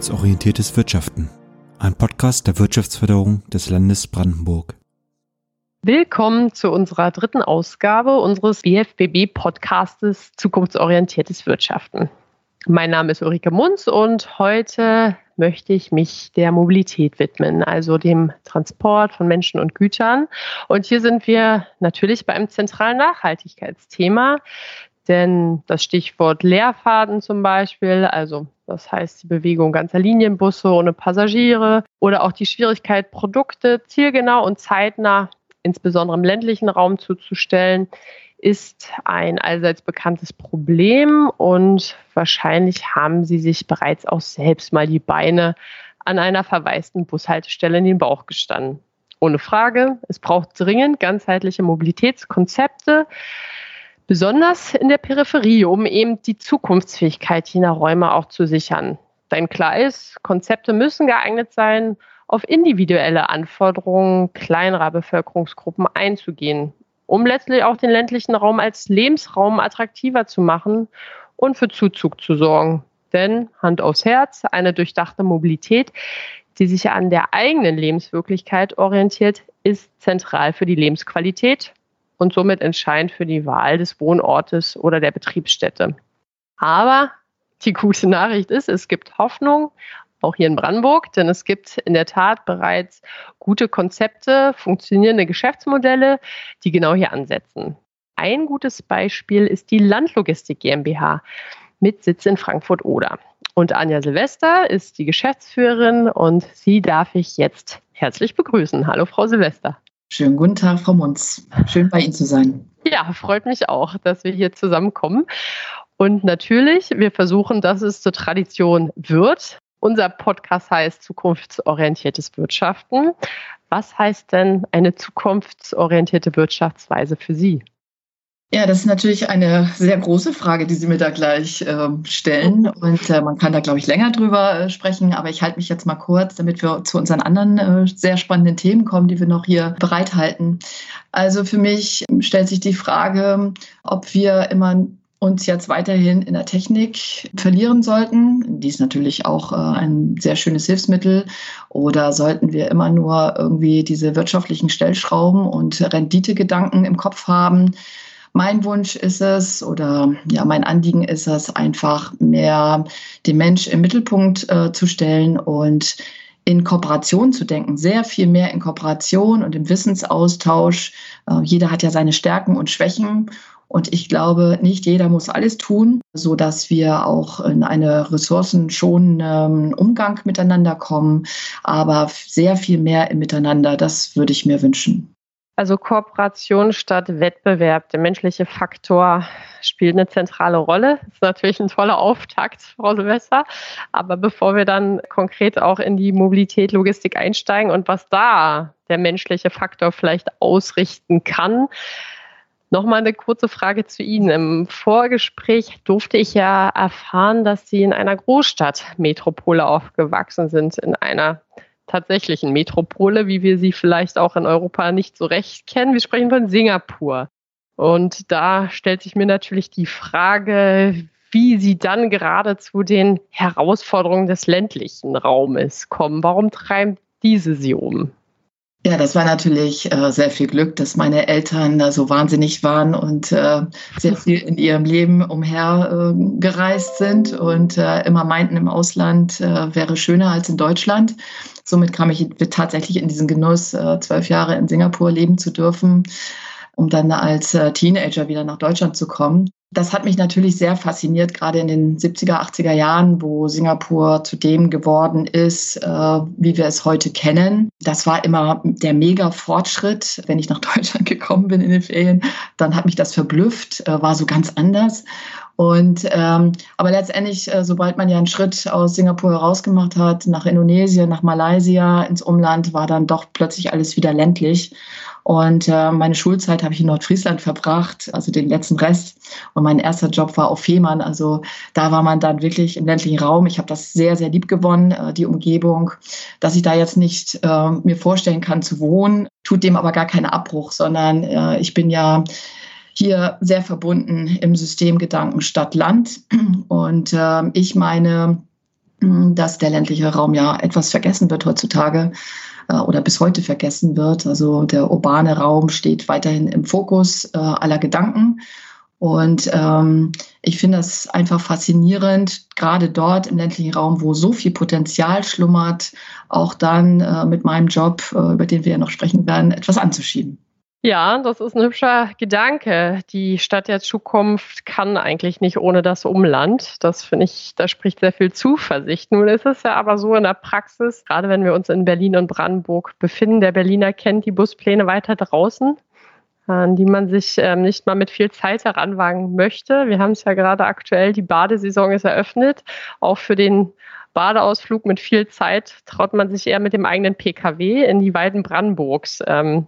Zukunftsorientiertes Wirtschaften, ein Podcast der Wirtschaftsförderung des Landes Brandenburg. Willkommen zu unserer dritten Ausgabe unseres BFBB-Podcastes Zukunftsorientiertes Wirtschaften. Mein Name ist Ulrike Munz und heute möchte ich mich der Mobilität widmen, also dem Transport von Menschen und Gütern. Und hier sind wir natürlich bei einem zentralen Nachhaltigkeitsthema, denn das Stichwort Leerfahrten zum Beispiel, also das heißt die Bewegung ganzer Linienbusse ohne Passagiere oder auch die Schwierigkeit, Produkte zielgenau und zeitnah, insbesondere im ländlichen Raum, zuzustellen, ist ein allseits bekanntes Problem und wahrscheinlich haben Sie sich bereits auch selbst mal die Beine an einer verwaisten Bushaltestelle in den Bauch gestanden. Ohne Frage, es braucht dringend ganzheitliche Mobilitätskonzepte, besonders in der Peripherie, um eben die Zukunftsfähigkeit jener Räume auch zu sichern. Denn klar ist, Konzepte müssen geeignet sein, auf individuelle Anforderungen kleinerer Bevölkerungsgruppen einzugehen, um letztlich auch den ländlichen Raum als Lebensraum attraktiver zu machen und für Zuzug zu sorgen. Denn, Hand aufs Herz, eine durchdachte Mobilität, die sich an der eigenen Lebenswirklichkeit orientiert, ist zentral für die Lebensqualität und somit entscheidend für die Wahl des Wohnortes oder der Betriebsstätte. Aber die gute Nachricht ist, es gibt Hoffnung, auch hier in Brandenburg, denn es gibt in der Tat bereits gute Konzepte, funktionierende Geschäftsmodelle, die genau hier ansetzen. Ein gutes Beispiel ist die Landlogistik GmbH mit Sitz in Frankfurt-Oder. Und Anja Silvester ist die Geschäftsführerin und sie darf ich jetzt herzlich begrüßen. Hallo, Frau Silvester. Schönen guten Tag, Frau Munz. Schön, bei Ihnen zu sein. Ja, freut mich auch, dass wir hier zusammenkommen. Und natürlich, wir versuchen, dass es zur Tradition wird. Unser Podcast heißt Zukunftsorientiertes Wirtschaften. Was heißt denn eine zukunftsorientierte Wirtschaftsweise für Sie? Ja, das ist natürlich eine sehr große Frage, die Sie mir da gleich stellen. Und man kann da, glaube ich, länger drüber sprechen. Aber ich halte mich jetzt mal kurz, damit wir zu unseren anderen sehr spannenden Themen kommen, die wir noch hier bereithalten. Also für mich stellt sich die Frage, ob wir immer uns jetzt weiterhin in der Technik verlieren sollten. Die ist natürlich auch ein sehr schönes Hilfsmittel. Oder sollten wir immer nur irgendwie diese wirtschaftlichen Stellschrauben und Renditegedanken im Kopf haben? Mein Wunsch ist es, oder ja, mein Anliegen ist es, einfach mehr den Mensch im Mittelpunkt zu stellen und in Kooperation zu denken, sehr viel mehr in Kooperation und im Wissensaustausch. Jeder hat ja seine Stärken und Schwächen. Und ich glaube, nicht jeder muss alles tun, so dass wir auch in einen ressourcenschonenden Umgang miteinander kommen, aber sehr viel mehr im Miteinander. Das würde ich mir wünschen. Also Kooperation statt Wettbewerb. Der menschliche Faktor spielt eine zentrale Rolle. Das ist natürlich ein toller Auftakt, Frau Silvester. Aber bevor wir dann konkret auch in die Mobilität, Logistik einsteigen und was da der menschliche Faktor vielleicht ausrichten kann, nochmal eine kurze Frage zu Ihnen. Im Vorgespräch durfte ich ja erfahren, dass Sie in einer Großstadtmetropole aufgewachsen sind, in einer tatsächlichen Metropole, wie wir sie vielleicht auch in Europa nicht so recht kennen. Wir sprechen von Singapur. Und da stellt sich mir natürlich die Frage, wie Sie dann gerade zu den Herausforderungen des ländlichen Raumes kommen. Warum treibt diese Sie um? Ja, das war natürlich sehr viel Glück, dass meine Eltern so wahnsinnig waren und sehr viel in ihrem Leben umhergereist sind und immer meinten, im Ausland wäre schöner als in Deutschland. Somit kam ich tatsächlich in diesen Genuss, 12 Jahre in Singapur leben zu dürfen, um dann als Teenager wieder nach Deutschland zu kommen. Das hat mich natürlich sehr fasziniert, gerade in den 70er, 80er Jahren, wo Singapur zu dem geworden ist, wie wir es heute kennen. Das war immer der Mega-Fortschritt. Wenn ich nach Deutschland gekommen bin in den Ferien, dann hat mich das verblüfft, war so ganz anders. Und aber letztendlich, sobald man ja einen Schritt aus Singapur herausgemacht hat, nach Indonesien, nach Malaysia, ins Umland, war dann doch plötzlich alles wieder ländlich. Und meine Schulzeit habe ich in Nordfriesland verbracht, also den letzten Rest. Und mein erster Job war auf Fehmarn. Also da war man dann wirklich im ländlichen Raum. Ich habe das sehr, sehr lieb gewonnen, die Umgebung. Dass ich da jetzt nicht mir vorstellen kann zu wohnen, tut dem aber gar keinen Abbruch, sondern ich bin ja hier sehr verbunden im Systemgedanken Stadt-Land. Und ich meine dass der ländliche Raum ja etwas vergessen wird heutzutage oder bis heute vergessen wird. Also der urbane Raum steht weiterhin im Fokus aller Gedanken. Und ich finde das einfach faszinierend, gerade dort im ländlichen Raum, wo so viel Potenzial schlummert, auch dann mit meinem Job, über den wir ja noch sprechen werden, etwas anzuschieben. Ja, das ist ein hübscher Gedanke. Die Stadt der Zukunft kann eigentlich nicht ohne das Umland. Das finde ich, da spricht sehr viel Zuversicht. Nun ist es ja aber so in der Praxis, gerade wenn wir uns in Berlin und Brandenburg befinden, der Berliner kennt die Buspläne weiter draußen, an die man sich nicht mal mit viel Zeit heranwagen möchte. Wir haben es ja gerade aktuell, die Badesaison ist eröffnet, auch für den Badeausflug mit viel Zeit traut man sich eher mit dem eigenen PKW in die Weiden Brandenburgs.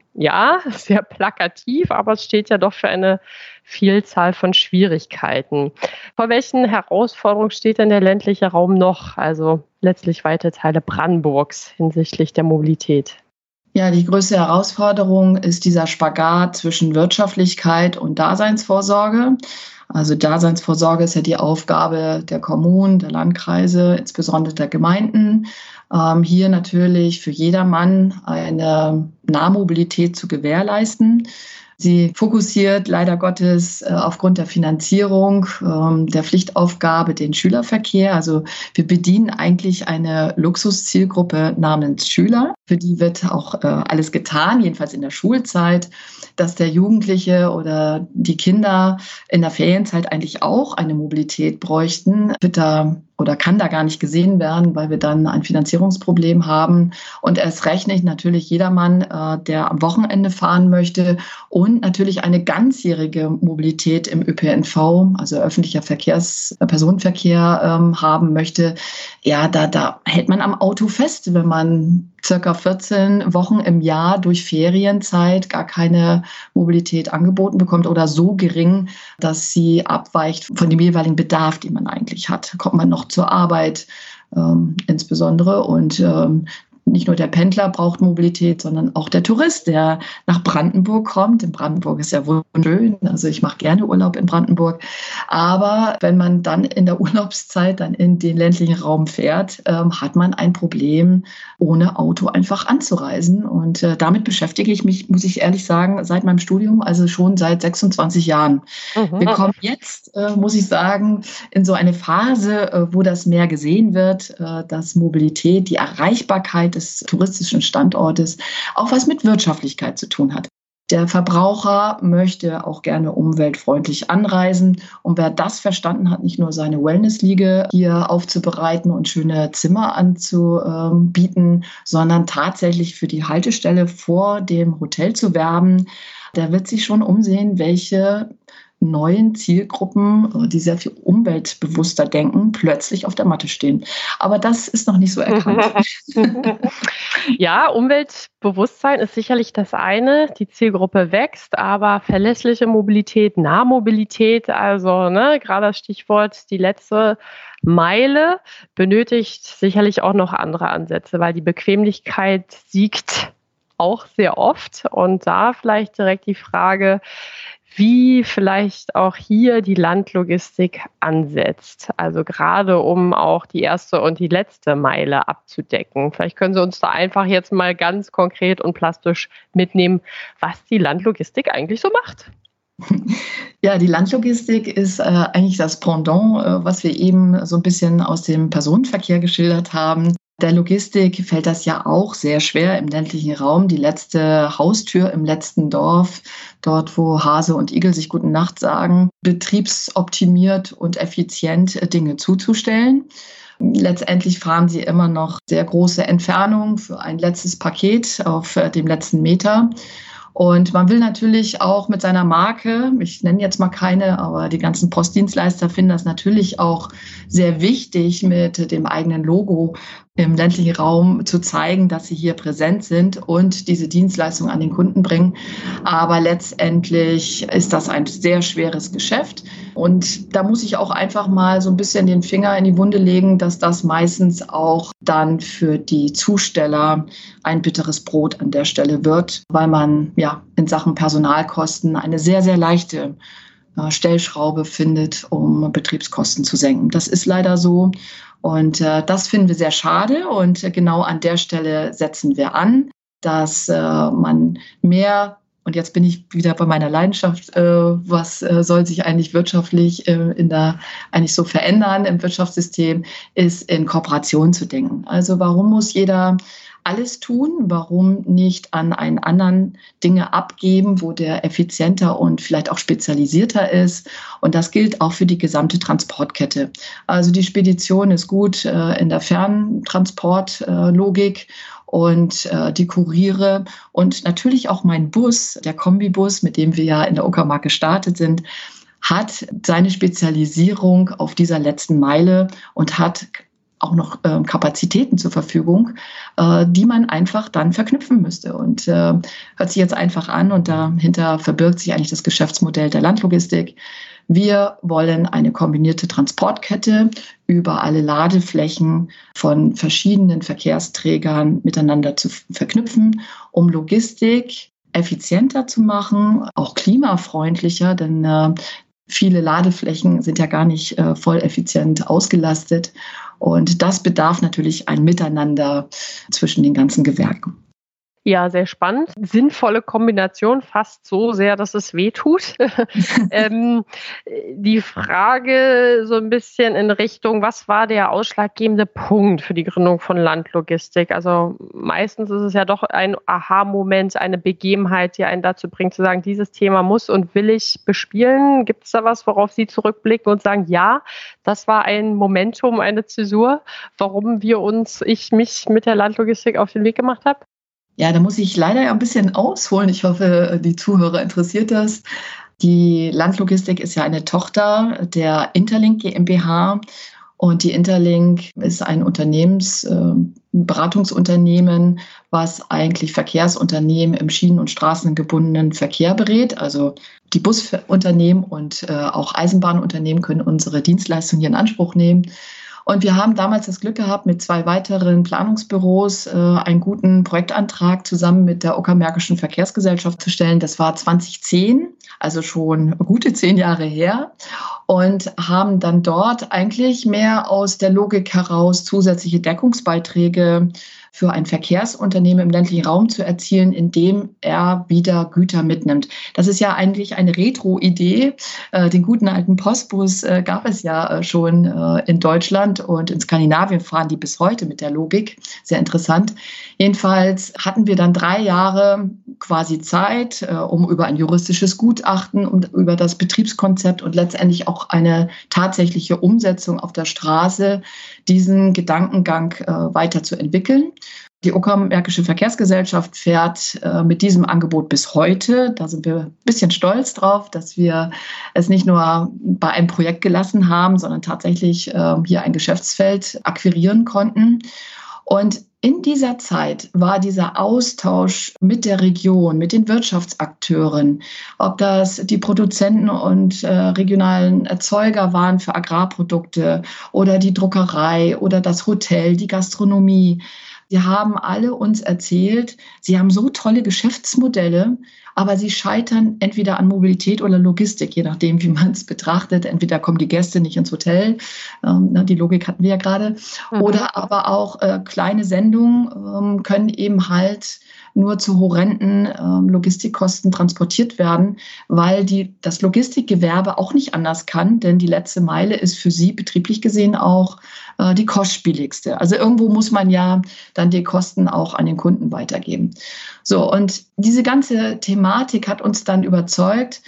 Ja, sehr plakativ, aber es steht ja doch für eine Vielzahl von Schwierigkeiten. Vor welchen Herausforderungen steht denn der ländliche Raum noch, also letztlich weite Teile Brandenburgs hinsichtlich der Mobilität? Ja, die größte Herausforderung ist dieser Spagat zwischen Wirtschaftlichkeit und Daseinsvorsorge. Also Daseinsvorsorge ist ja die Aufgabe der Kommunen, der Landkreise, insbesondere der Gemeinden. Hier natürlich für jedermann eine Nahmobilität zu gewährleisten. Sie fokussiert leider Gottes aufgrund der Finanzierung der Pflichtaufgabe den Schülerverkehr. Also wir bedienen eigentlich eine Luxuszielgruppe namens Schüler. Für die wird auch alles getan, jedenfalls in der Schulzeit, dass der Jugendliche oder die Kinder in der Ferienzeit eigentlich auch eine Mobilität bräuchten, wird da oder kann da gar nicht gesehen werden, weil wir dann ein Finanzierungsproblem haben. Und erst recht nicht natürlich jedermann, der am Wochenende fahren möchte und natürlich eine ganzjährige Mobilität im ÖPNV, also öffentlicher Personenverkehr haben möchte. Ja, da hält man am Auto fest, wenn man circa 14 Wochen im Jahr durch Ferienzeit gar keine Mobilität angeboten bekommt oder so gering, dass sie abweicht von dem jeweiligen Bedarf, den man eigentlich hat. Kommt man noch zur Arbeit insbesondere und nicht nur der Pendler braucht Mobilität, sondern auch der Tourist, der nach Brandenburg kommt. In Brandenburg ist ja wunderschön, also ich mache gerne Urlaub in Brandenburg. Aber wenn man dann in der Urlaubszeit dann in den ländlichen Raum fährt, hat man ein Problem, ohne Auto einfach anzureisen. Und damit beschäftige ich mich, muss ich ehrlich sagen, seit meinem Studium, also schon seit 26 Jahren. Wir kommen jetzt, muss ich sagen, in so eine Phase, wo das mehr gesehen wird, dass Mobilität, die Erreichbarkeit des touristischen Standortes auch was mit Wirtschaftlichkeit zu tun hat. Der Verbraucher möchte auch gerne umweltfreundlich anreisen. Und wer das verstanden hat, nicht nur seine Wellnessliege hier aufzubereiten und schöne Zimmer anzubieten, sondern tatsächlich für die Haltestelle vor dem Hotel zu werben, der wird sich schon umsehen, welche neuen Zielgruppen, die sehr viel umweltbewusster denken, plötzlich auf der Matte stehen. Aber das ist noch nicht so erkannt. Ja, Umweltbewusstsein ist sicherlich das eine. Die Zielgruppe wächst, aber verlässliche Mobilität, Nahmobilität, also gerade das Stichwort die letzte Meile, benötigt sicherlich auch noch andere Ansätze, weil die Bequemlichkeit siegt auch sehr oft. Und da vielleicht direkt die Frage, wie vielleicht auch hier die Landlogistik ansetzt. Also gerade um auch die erste und die letzte Meile abzudecken. Vielleicht können Sie uns da einfach jetzt mal ganz konkret und plastisch mitnehmen, was die Landlogistik eigentlich so macht. Ja, die Landlogistik ist eigentlich das Pendant, was wir eben so ein bisschen aus dem Personenverkehr geschildert haben. Der Logistik fällt das ja auch sehr schwer im ländlichen Raum. Die letzte Haustür im letzten Dorf, dort wo Hase und Igel sich gute Nacht sagen, betriebsoptimiert und effizient Dinge zuzustellen. Letztendlich fahren sie immer noch sehr große Entfernungen für ein letztes Paket auf dem letzten Meter. Und man will natürlich auch mit seiner Marke, ich nenne jetzt mal keine, aber die ganzen Postdienstleister finden das natürlich auch sehr wichtig, mit dem eigenen Logo im ländlichen Raum zu zeigen, dass sie hier präsent sind und diese Dienstleistung an den Kunden bringen. Aber letztendlich ist das ein sehr schweres Geschäft. Und da muss ich auch einfach mal so ein bisschen den Finger in die Wunde legen, dass das meistens auch dann für die Zusteller ein bitteres Brot an der Stelle wird, weil man ja in Sachen Personalkosten eine sehr, sehr leichte Stellschraube findet, um Betriebskosten zu senken. Das ist leider so. Und das finden wir sehr schade. Und genau an der Stelle setzen wir an, dass man mehr, und jetzt bin ich wieder bei meiner Leidenschaft, was soll sich eigentlich wirtschaftlich eigentlich so verändern im Wirtschaftssystem, ist in Kooperation zu denken. Also warum muss jeder alles tun? Warum nicht an einen anderen Dinge abgeben, wo der effizienter und vielleicht auch spezialisierter ist? Und das gilt auch für die gesamte Transportkette. Also die Spedition ist gut in der Ferntransportlogik und die Kuriere und natürlich auch mein Bus, der Kombibus, mit dem wir ja in der Uckermark gestartet sind, hat seine Spezialisierung auf dieser letzten Meile und hat auch noch Kapazitäten zur Verfügung, die man einfach dann verknüpfen müsste. Und hört sich jetzt einfach an und dahinter verbirgt sich eigentlich das Geschäftsmodell der Landlogistik. Wir wollen eine kombinierte Transportkette über alle Ladeflächen von verschiedenen Verkehrsträgern miteinander zu verknüpfen, um Logistik effizienter zu machen, auch klimafreundlicher, denn viele Ladeflächen sind ja gar nicht voll effizient ausgelastet. Und das bedarf natürlich ein Miteinander zwischen den ganzen Gewerken. Ja, sehr spannend. Sinnvolle Kombination, fast so sehr, dass es weh tut. Die Frage so ein bisschen in Richtung, was war der ausschlaggebende Punkt für die Gründung von Landlogistik? Also meistens ist es ja doch ein Aha-Moment, eine Begebenheit, die einen dazu bringt, zu sagen, dieses Thema muss und will ich bespielen. Gibt es da was, worauf Sie zurückblicken und sagen, ja, das war ein Momentum, eine Zäsur, warum ich mich mit der Landlogistik auf den Weg gemacht habe? Ja, da muss ich leider ein bisschen ausholen. Ich hoffe, die Zuhörer interessiert das. Die Landlogistik ist ja eine Tochter der Interlink GmbH. Und die Interlink ist ein Beratungsunternehmen, was eigentlich Verkehrsunternehmen im schienen- und straßengebundenen Verkehr berät. Also die Busunternehmen und auch Eisenbahnunternehmen können unsere Dienstleistungen hier in Anspruch nehmen. Und wir haben damals das Glück gehabt, mit 2 weiteren Planungsbüros einen guten Projektantrag zusammen mit der Uckermärkischen Verkehrsgesellschaft zu stellen. Das war 2010, also schon gute 10 Jahre her. Und haben dann dort eigentlich mehr aus der Logik heraus zusätzliche Deckungsbeiträge für ein Verkehrsunternehmen im ländlichen Raum zu erzielen, indem er wieder Güter mitnimmt. Das ist ja eigentlich eine Retro-Idee. Den guten alten Postbus gab es ja schon in Deutschland und in Skandinavien fahren die bis heute mit der Logik. Sehr interessant. Jedenfalls hatten wir dann 3 Jahre quasi Zeit, um über ein juristisches Gutachten und über das Betriebskonzept und letztendlich auch eine tatsächliche Umsetzung auf der Straße diesen Gedankengang weiterzuentwickeln. Die Uckermärkische Verkehrsgesellschaft fährt mit diesem Angebot bis heute. Da sind wir ein bisschen stolz drauf, dass wir es nicht nur bei einem Projekt gelassen haben, sondern tatsächlich hier ein Geschäftsfeld akquirieren konnten. Und in dieser Zeit war dieser Austausch mit der Region, mit den Wirtschaftsakteuren, ob das die Produzenten und regionalen Erzeuger waren für Agrarprodukte oder die Druckerei oder das Hotel, die Gastronomie. Sie haben alle uns erzählt, sie haben so tolle Geschäftsmodelle, aber sie scheitern entweder an Mobilität oder Logistik, je nachdem, wie man es betrachtet. Entweder kommen die Gäste nicht ins Hotel, die Logik hatten wir ja gerade, oder aber auch kleine Sendungen können eben halt nur zu horrenden Logistikkosten transportiert werden, weil das Logistikgewerbe auch nicht anders kann, denn die letzte Meile ist für sie betrieblich gesehen auch die kostspieligste. Also irgendwo muss man ja dann die Kosten auch an den Kunden weitergeben. So, und diese ganze Thematik hat uns dann überzeugt,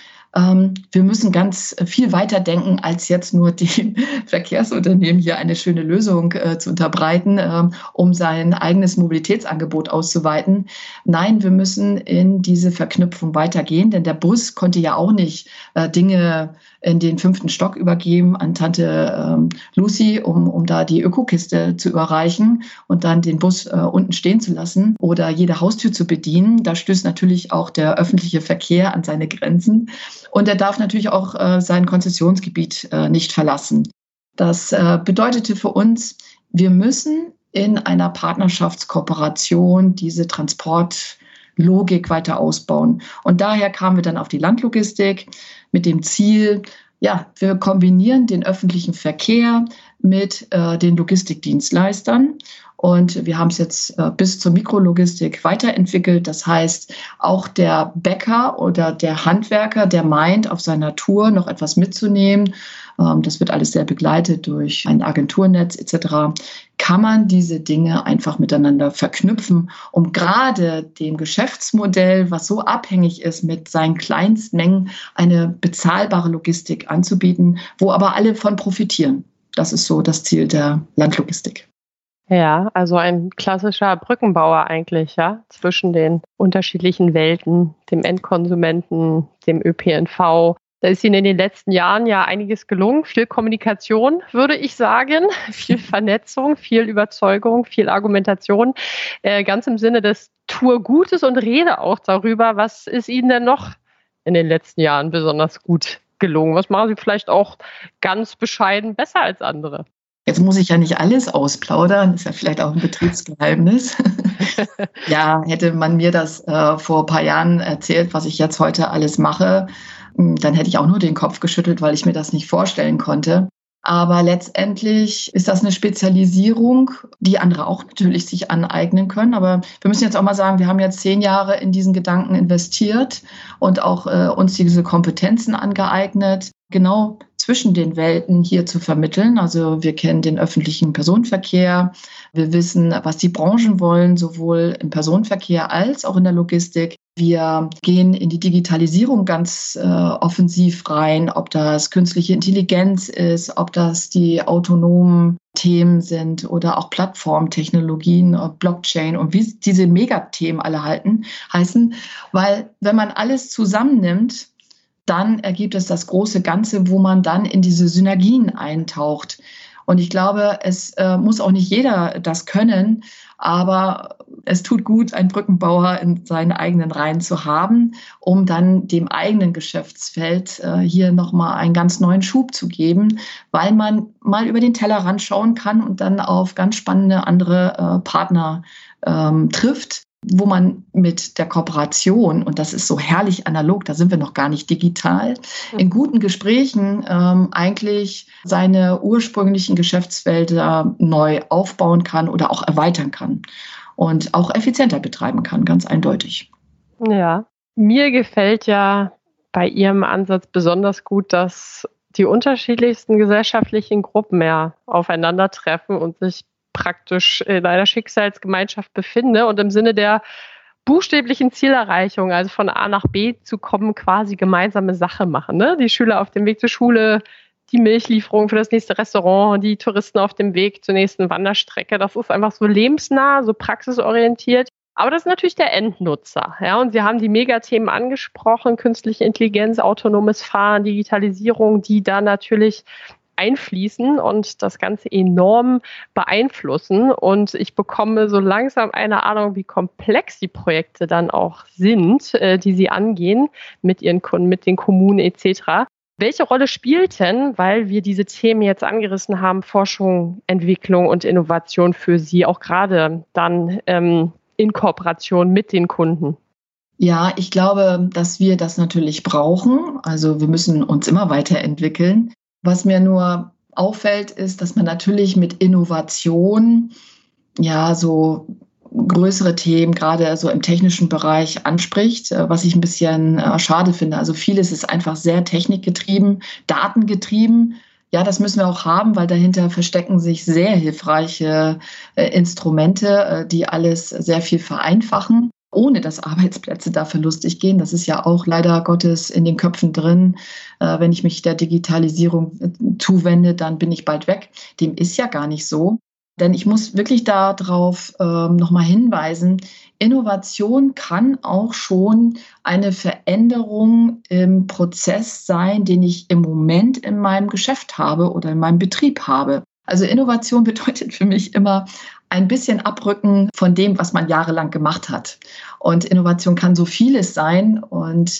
wir müssen ganz viel weiter denken, als jetzt nur den Verkehrsunternehmen hier eine schöne Lösung zu unterbreiten, um sein eigenes Mobilitätsangebot auszuweiten. Nein, wir müssen in diese Verknüpfung weitergehen, denn der Bus konnte ja auch nicht Dinge in den 5. Stock übergeben an Tante Lucy, um da die Ökokiste zu überreichen und dann den Bus unten stehen zu lassen oder jede Haustür zu bedienen. Da stößt natürlich auch der öffentliche Verkehr an seine Grenzen. Und er darf natürlich auch sein Konzessionsgebiet nicht verlassen. Das bedeutete für uns, wir müssen in einer Partnerschaftskooperation diese Transportlogik Logik weiter ausbauen. Und daher kamen wir dann auf die Landlogistik mit dem Ziel, ja, wir kombinieren den öffentlichen Verkehr mit den Logistikdienstleistern. Und wir haben es jetzt bis zur Mikrologistik weiterentwickelt. Das heißt, auch der Bäcker oder der Handwerker, der meint, auf seiner Tour noch etwas mitzunehmen, das wird alles sehr begleitet durch ein Agenturnetz etc., kann man diese Dinge einfach miteinander verknüpfen, um gerade dem Geschäftsmodell, was so abhängig ist, mit seinen Kleinstmengen eine bezahlbare Logistik anzubieten, wo aber alle von profitieren. Das ist so das Ziel der Landlogistik. Ja, also ein klassischer Brückenbauer eigentlich, ja, zwischen den unterschiedlichen Welten, dem Endkonsumenten, dem ÖPNV. Da ist Ihnen in den letzten Jahren ja einiges gelungen. Viel Kommunikation, würde ich sagen, viel Vernetzung, viel Überzeugung, viel Argumentation. Ganz im Sinne des Tue Gutes und rede auch darüber, was ist Ihnen denn noch in den letzten Jahren besonders gut gelungen? Was machen Sie vielleicht auch ganz bescheiden besser als andere? Jetzt muss ich ja nicht alles ausplaudern, ist ja vielleicht auch ein Betriebsgeheimnis. Ja, hätte man mir das vor ein paar Jahren erzählt, was ich jetzt heute alles mache, dann hätte ich auch nur den Kopf geschüttelt, weil ich mir das nicht vorstellen konnte. Aber letztendlich ist das eine Spezialisierung, die andere auch natürlich sich aneignen können. Aber wir müssen jetzt auch mal sagen, wir haben jetzt 10 Jahre in diesen Gedanken investiert und auch uns diese Kompetenzen angeeignet, genau zwischen den Welten hier zu vermitteln. Also wir kennen den öffentlichen Personenverkehr. Wir wissen, was die Branchen wollen, sowohl im Personenverkehr als auch in der Logistik. Wir gehen in die Digitalisierung ganz offensiv rein, ob das künstliche Intelligenz ist, ob das die autonomen Themen sind oder auch Plattformtechnologien, Blockchain und wie diese Megathemen alle heißen. Weil wenn man alles zusammennimmt, dann ergibt es das große Ganze, wo man dann in diese Synergien eintaucht. Und ich glaube, es muss auch nicht jeder das können, aber es tut gut, einen Brückenbauer in seinen eigenen Reihen zu haben, um dann dem eigenen Geschäftsfeld hier nochmal einen ganz neuen Schub zu geben, weil man mal über den Tellerrand schauen kann und dann auf ganz spannende andere Partner trifft, wo man mit der Kooperation, und das ist so herrlich analog, da sind wir noch gar nicht digital, in guten Gesprächen eigentlich seine ursprünglichen Geschäftsfelder neu aufbauen kann oder auch erweitern kann und auch effizienter betreiben kann, ganz eindeutig. Ja, mir gefällt ja bei Ihrem Ansatz besonders gut, dass die unterschiedlichsten gesellschaftlichen Gruppen ja aufeinandertreffen und sich praktisch in einer Schicksalsgemeinschaft befinde und im Sinne der buchstäblichen Zielerreichung, also von A nach B zu kommen, quasi gemeinsame Sache machen. Ne? Die Schüler auf dem Weg zur Schule, die Milchlieferung für das nächste Restaurant, die Touristen auf dem Weg zur nächsten Wanderstrecke. Das ist einfach so lebensnah, so praxisorientiert. Aber das ist natürlich der Endnutzer. Ja? Und Sie haben die Megathemen angesprochen, künstliche Intelligenz, autonomes Fahren, Digitalisierung, die da natürlich einfließen und das Ganze enorm beeinflussen. Und ich bekomme so langsam eine Ahnung, wie komplex die Projekte dann auch sind, die Sie angehen mit Ihren Kunden, mit den Kommunen etc. Welche Rolle spielt denn, weil wir diese Themen jetzt angerissen haben, Forschung, Entwicklung und Innovation für Sie, auch gerade dann in Kooperation mit den Kunden? Ja, ich glaube, dass wir das natürlich brauchen. Also wir müssen uns immer weiterentwickeln. Was mir nur auffällt, ist, dass man natürlich mit Innovation ja so größere Themen, gerade so im technischen Bereich anspricht, was ich ein bisschen schade finde. Also vieles ist einfach sehr technikgetrieben, datengetrieben. Ja, das müssen wir auch haben, weil dahinter verstecken sich sehr hilfreiche Instrumente, die alles sehr viel vereinfachen, ohne dass Arbeitsplätze da verlustig gehen. Das ist ja auch leider Gottes in den Köpfen drin. Wenn ich mich der Digitalisierung zuwende, dann bin ich bald weg. Dem ist ja gar nicht so. Denn ich muss wirklich darauf nochmal hinweisen, Innovation kann auch schon eine Veränderung im Prozess sein, den ich im Moment in meinem Geschäft habe oder in meinem Betrieb habe. Also Innovation bedeutet für mich immer ein bisschen abrücken von dem, was man jahrelang gemacht hat. Und Innovation kann so vieles sein. Und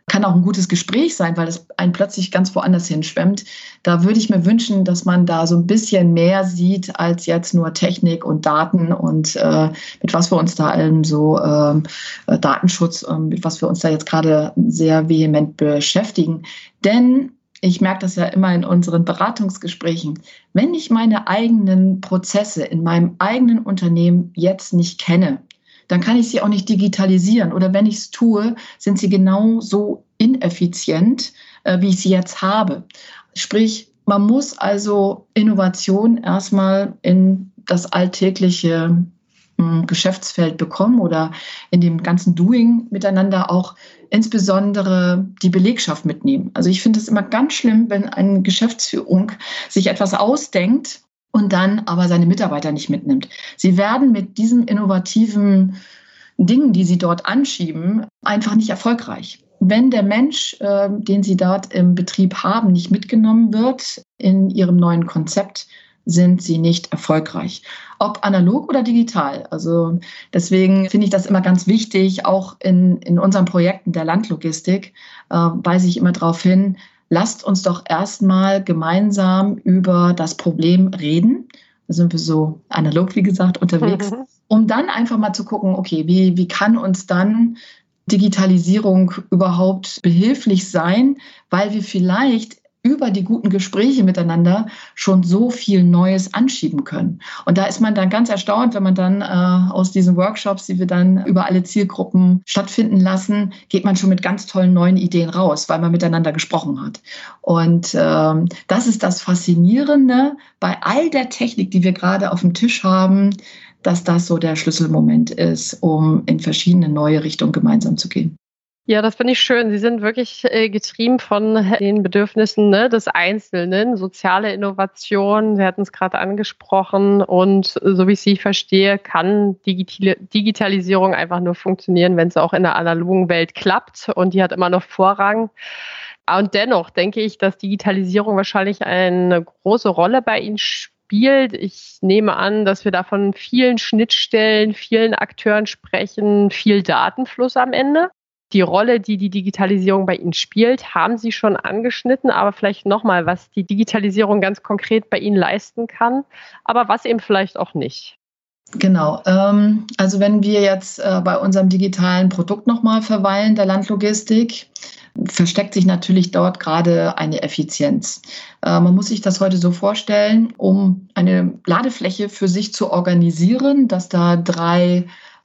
kann auch ein gutes Gespräch sein, weil es einen plötzlich ganz woanders hinschwemmt. Da würde ich mir wünschen, dass man da so ein bisschen mehr sieht als jetzt nur Technik und Daten und mit was wir uns da allem so Datenschutz, mit was wir uns da jetzt gerade sehr vehement beschäftigen. Denn ich merke das ja immer in unseren Beratungsgesprächen. Wenn ich meine eigenen Prozesse in meinem eigenen Unternehmen jetzt nicht kenne, dann kann ich sie auch nicht digitalisieren. Oder wenn ich es tue, sind sie genauso ineffizient, wie ich sie jetzt habe. Sprich, man muss also Innovation erstmal in das alltägliche Geschäftsfeld bekommen oder in dem ganzen Doing miteinander auch insbesondere die Belegschaft mitnehmen. Also ich finde es immer ganz schlimm, wenn eine Geschäftsführung sich etwas ausdenkt und dann aber seine Mitarbeiter nicht mitnimmt. Sie werden mit diesen innovativen Dingen, die sie dort anschieben, einfach nicht erfolgreich. Wenn der Mensch, den sie dort im Betrieb haben, nicht mitgenommen wird in ihrem neuen Konzept, sind sie nicht erfolgreich. Ob analog oder digital. Also deswegen finde ich das immer ganz wichtig, auch in unseren Projekten der Landlogistik, weise ich immer darauf hin, lasst uns doch erstmal gemeinsam über das Problem reden. Da sind wir so analog, wie gesagt, unterwegs, um dann einfach mal zu gucken, okay, wie kann uns dann Digitalisierung überhaupt behilflich sein, weil wir vielleicht über die guten Gespräche miteinander schon so viel Neues anschieben können. Und da ist man dann ganz erstaunt, wenn man dann aus diesen Workshops, die wir dann über alle Zielgruppen stattfinden lassen, geht man schon mit ganz tollen neuen Ideen raus, weil man miteinander gesprochen hat. Und das ist das Faszinierende bei all der Technik, die wir gerade auf dem Tisch haben, dass das so der Schlüsselmoment ist, um in verschiedene neue Richtungen gemeinsam zu gehen. Ja, das finde ich schön. Sie sind wirklich getrieben von den Bedürfnissen, ne, des Einzelnen, soziale Innovation. Sie hatten es gerade angesprochen. Und so wie ich Sie verstehe, kann Digitalisierung einfach nur funktionieren, wenn es auch in der analogen Welt klappt. Und die hat immer noch Vorrang. Und dennoch denke ich, dass Digitalisierung wahrscheinlich eine große Rolle bei Ihnen spielt. Ich nehme an, dass wir da von vielen Schnittstellen, vielen Akteuren sprechen, viel Datenfluss am Ende. Die Rolle, die die Digitalisierung bei Ihnen spielt, haben Sie schon angeschnitten, aber vielleicht nochmal, was die Digitalisierung ganz konkret bei Ihnen leisten kann, aber was eben vielleicht auch nicht. Genau. Also wenn wir jetzt bei unserem digitalen Produkt nochmal verweilen, der Landlogistik, versteckt sich natürlich dort gerade eine Effizienz. Man muss sich das heute so vorstellen, um eine Ladefläche für sich zu organisieren, dass da 3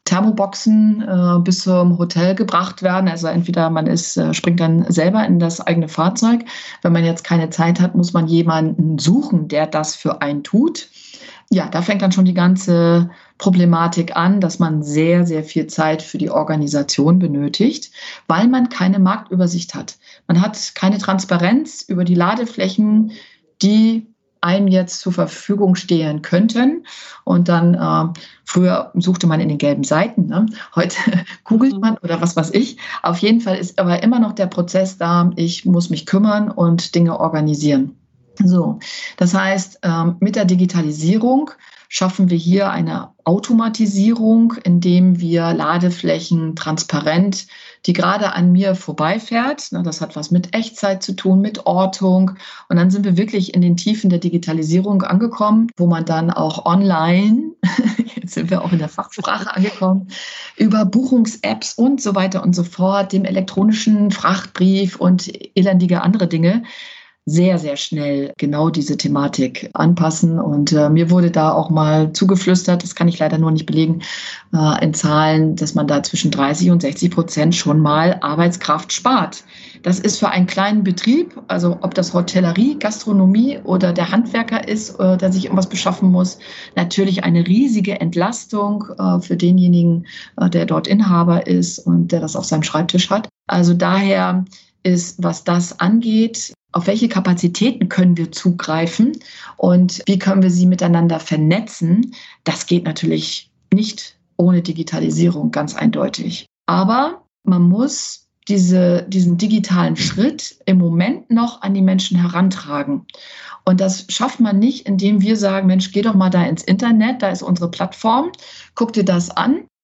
Thermoboxen bis zum Hotel gebracht werden. Also entweder man springt dann selber in das eigene Fahrzeug. Wenn man jetzt keine Zeit hat, muss man jemanden suchen, der das für einen tut. Ja, da fängt dann schon die ganze Problematik an, dass man sehr, sehr viel Zeit für die Organisation benötigt, weil man keine Marktübersicht hat. Man hat keine Transparenz über die Ladeflächen, die einem jetzt zur Verfügung stehen könnten. Und dann, früher suchte man in den gelben Seiten, ne? Heute googelt man oder was weiß ich. Auf jeden Fall ist aber immer noch der Prozess da, ich muss mich kümmern und Dinge organisieren. So, das heißt, mit der Digitalisierung schaffen wir hier eine Automatisierung, indem wir Ladeflächen transparent, die gerade an mir vorbeifährt, das hat was mit Echtzeit zu tun, mit Ortung. Und dann sind wir wirklich in den Tiefen der Digitalisierung angekommen, wo man dann auch online, jetzt sind wir auch in der Fachsprache angekommen, über Buchungs-Apps und so weiter und so fort, dem elektronischen Frachtbrief und elendige andere Dinge, sehr, sehr schnell genau diese Thematik anpassen. Und mir wurde da auch mal zugeflüstert, das kann ich leider nur nicht belegen, in Zahlen, dass man da zwischen 30% und 60% schon mal Arbeitskraft spart. Das ist für einen kleinen Betrieb, also ob das Hotellerie, Gastronomie oder der Handwerker ist, der sich irgendwas beschaffen muss, natürlich eine riesige Entlastung für denjenigen, der dort Inhaber ist und der das auf seinem Schreibtisch hat. Also daher ist, was das angeht, auf welche Kapazitäten können wir zugreifen und wie können wir sie miteinander vernetzen? Das geht natürlich nicht ohne Digitalisierung, ganz eindeutig. Aber man muss diesen digitalen Schritt im Moment noch an die Menschen herantragen. Und das schafft man nicht, indem wir sagen, Mensch, geh doch mal da ins Internet, da ist unsere Plattform, guck dir das an.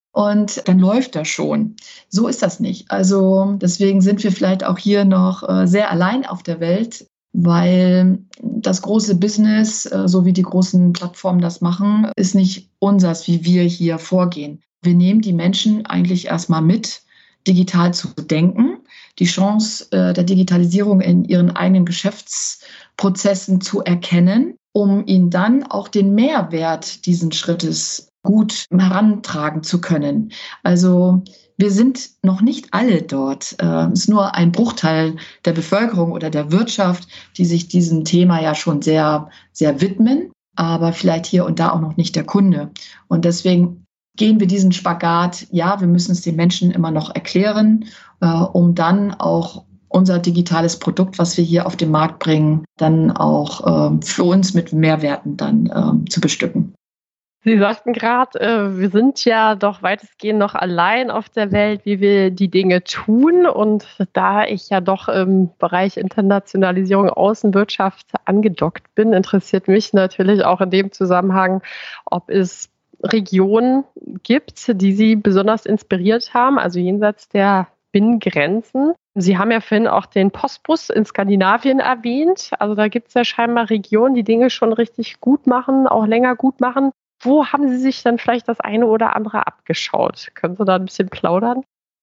und dann läuft das schon. So ist das nicht. Also deswegen sind wir vielleicht auch hier noch sehr allein auf der Welt, weil das große Business, so wie die großen Plattformen das machen, ist nicht unseres, wie wir hier vorgehen. Wir nehmen die Menschen eigentlich erstmal mit, digital zu denken, die Chance der Digitalisierung in ihren eigenen Geschäftsprozessen zu erkennen, um ihnen dann auch den Mehrwert dieses Schrittes gut herantragen zu können. Also wir sind noch nicht alle dort. Es ist nur ein Bruchteil der Bevölkerung oder der Wirtschaft, die sich diesem Thema ja schon sehr, sehr widmen, aber vielleicht hier und da auch noch nicht der Kunde. Und deswegen gehen wir diesen Spagat, ja, wir müssen es den Menschen immer noch erklären, um dann auch unser digitales Produkt, was wir hier auf den Markt bringen, dann auch für uns mit Mehrwerten dann zu bestücken. Sie sagten gerade, wir sind ja doch weitestgehend noch allein auf der Welt, wie wir die Dinge tun. Und da ich ja doch im Bereich Internationalisierung, Außenwirtschaft angedockt bin, interessiert mich natürlich auch in dem Zusammenhang, ob es Regionen gibt, die Sie besonders inspiriert haben, also jenseits der Binnengrenzen. Sie haben ja vorhin auch den Postbus in Skandinavien erwähnt. Also da gibt es ja scheinbar Regionen, die Dinge schon richtig gut machen, auch länger gut machen. Wo haben Sie sich dann vielleicht das eine oder andere abgeschaut? Können Sie da ein bisschen plaudern?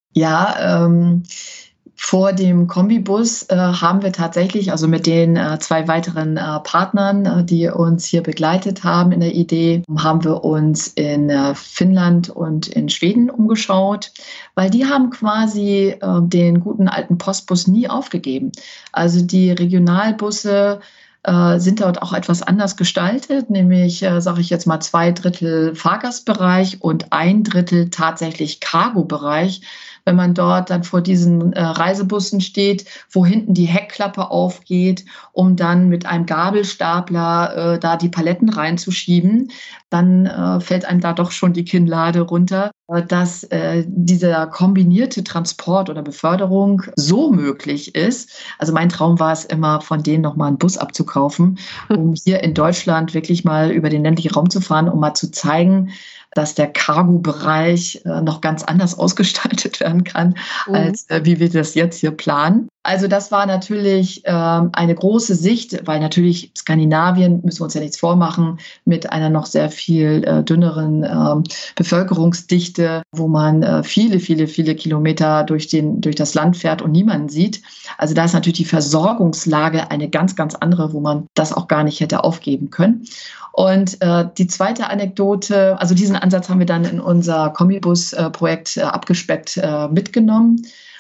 Ja, vor dem Kombibus haben wir tatsächlich, also mit den 2 weiteren Partnern, die uns hier begleitet haben in der Idee, haben wir uns in Finnland und in Schweden umgeschaut, weil die haben quasi den guten alten Postbus nie aufgegeben. Also die Regionalbusse sind dort auch etwas anders gestaltet, nämlich, sage ich jetzt mal, 2/3 Fahrgastbereich und 1/3 tatsächlich Cargo-Bereich. Wenn man dort dann vor diesen Reisebussen steht, wo hinten die Heckklappe aufgeht, um dann mit einem Gabelstapler da die Paletten reinzuschieben, dann fällt einem da doch schon die Kinnlade runter, dass dieser kombinierte Transport oder Beförderung so möglich ist. Also mein Traum war es immer, von denen nochmal einen Bus abzukaufen, um hier in Deutschland wirklich mal über den ländlichen Raum zu fahren, um mal zu zeigen, dass der Cargo-Bereich noch ganz anders ausgestaltet werden kann, als wie wir das jetzt hier planen. Also das war natürlich eine große Sicht, weil natürlich Skandinavien, müssen wir uns ja nichts vormachen, mit einer noch sehr viel dünneren Bevölkerungsdichte, wo man viele Kilometer durch das Land fährt und niemanden sieht. Also da ist natürlich die Versorgungslage eine ganz, ganz andere, wo man das auch gar nicht hätte aufgeben können. Und die zweite Anekdote, also diesen Ansatz haben wir dann in unser Kombibus-Projekt abgespeckt mitgenommen.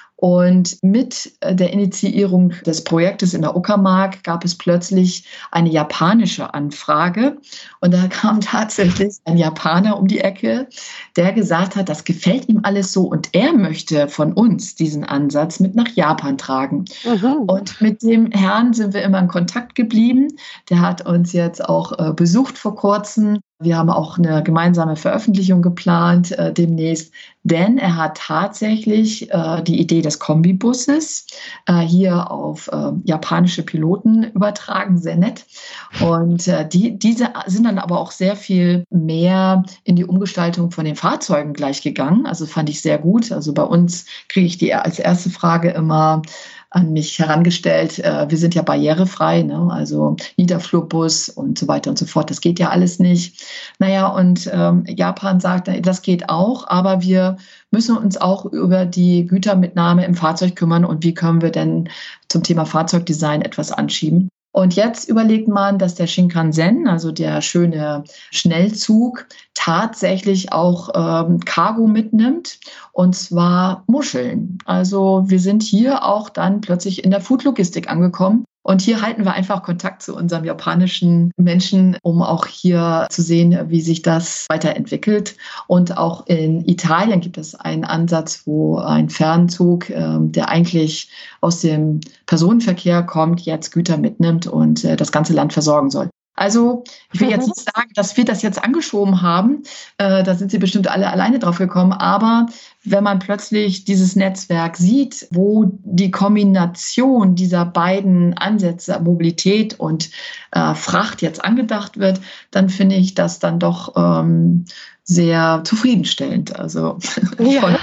Und mit der Initiierung des Projektes in der Uckermark gab es plötzlich eine japanische Anfrage. Und da kam tatsächlich ein Japaner um die Ecke, der gesagt hat, das gefällt ihm alles so und er möchte von uns diesen Ansatz mit nach Japan tragen. Und mit dem Herrn sind wir immer in Kontakt geblieben. Der hat uns jetzt auch besucht vor kurzem. Wir haben auch eine gemeinsame Veröffentlichung geplant demnächst, denn er hat tatsächlich die Idee des Kombibusses hier auf japanische Piloten übertragen, sehr nett. Und diese sind dann aber auch sehr viel mehr in die Umgestaltung von den Fahrzeugen gleich gegangen. Also fand ich sehr gut. Also bei uns kriege ich die als erste Frage immer an mich herangestellt, wir sind ja barrierefrei, ne? Also Niederflurbus und so weiter und so fort, das geht ja alles nicht. Naja, und Japan sagt, das geht auch, aber wir müssen uns auch über die Gütermitnahme im Fahrzeug kümmern und wie können wir denn zum Thema Fahrzeugdesign etwas anschieben. Und jetzt überlegt man, dass der Shinkansen, also der schöne Schnellzug, tatsächlich auch Cargo mitnimmt, und zwar Muscheln. Also wir sind hier auch dann plötzlich in der Food-Logistik angekommen. Und hier halten wir einfach Kontakt zu unserem japanischen Menschen, um auch hier zu sehen, wie sich das weiterentwickelt. Und auch in Italien gibt es einen Ansatz, wo ein Fernzug, der eigentlich aus dem Personenverkehr kommt, jetzt Güter mitnimmt und das ganze Land versorgen soll. Also ich will jetzt nicht sagen, dass wir das jetzt angeschoben haben. Da sind Sie bestimmt alle alleine drauf gekommen. Aber wenn man plötzlich dieses Netzwerk sieht, wo die Kombination dieser beiden Ansätze, Mobilität und Fracht jetzt angedacht wird, dann finde ich das dann doch sehr zufriedenstellend. Also Ja.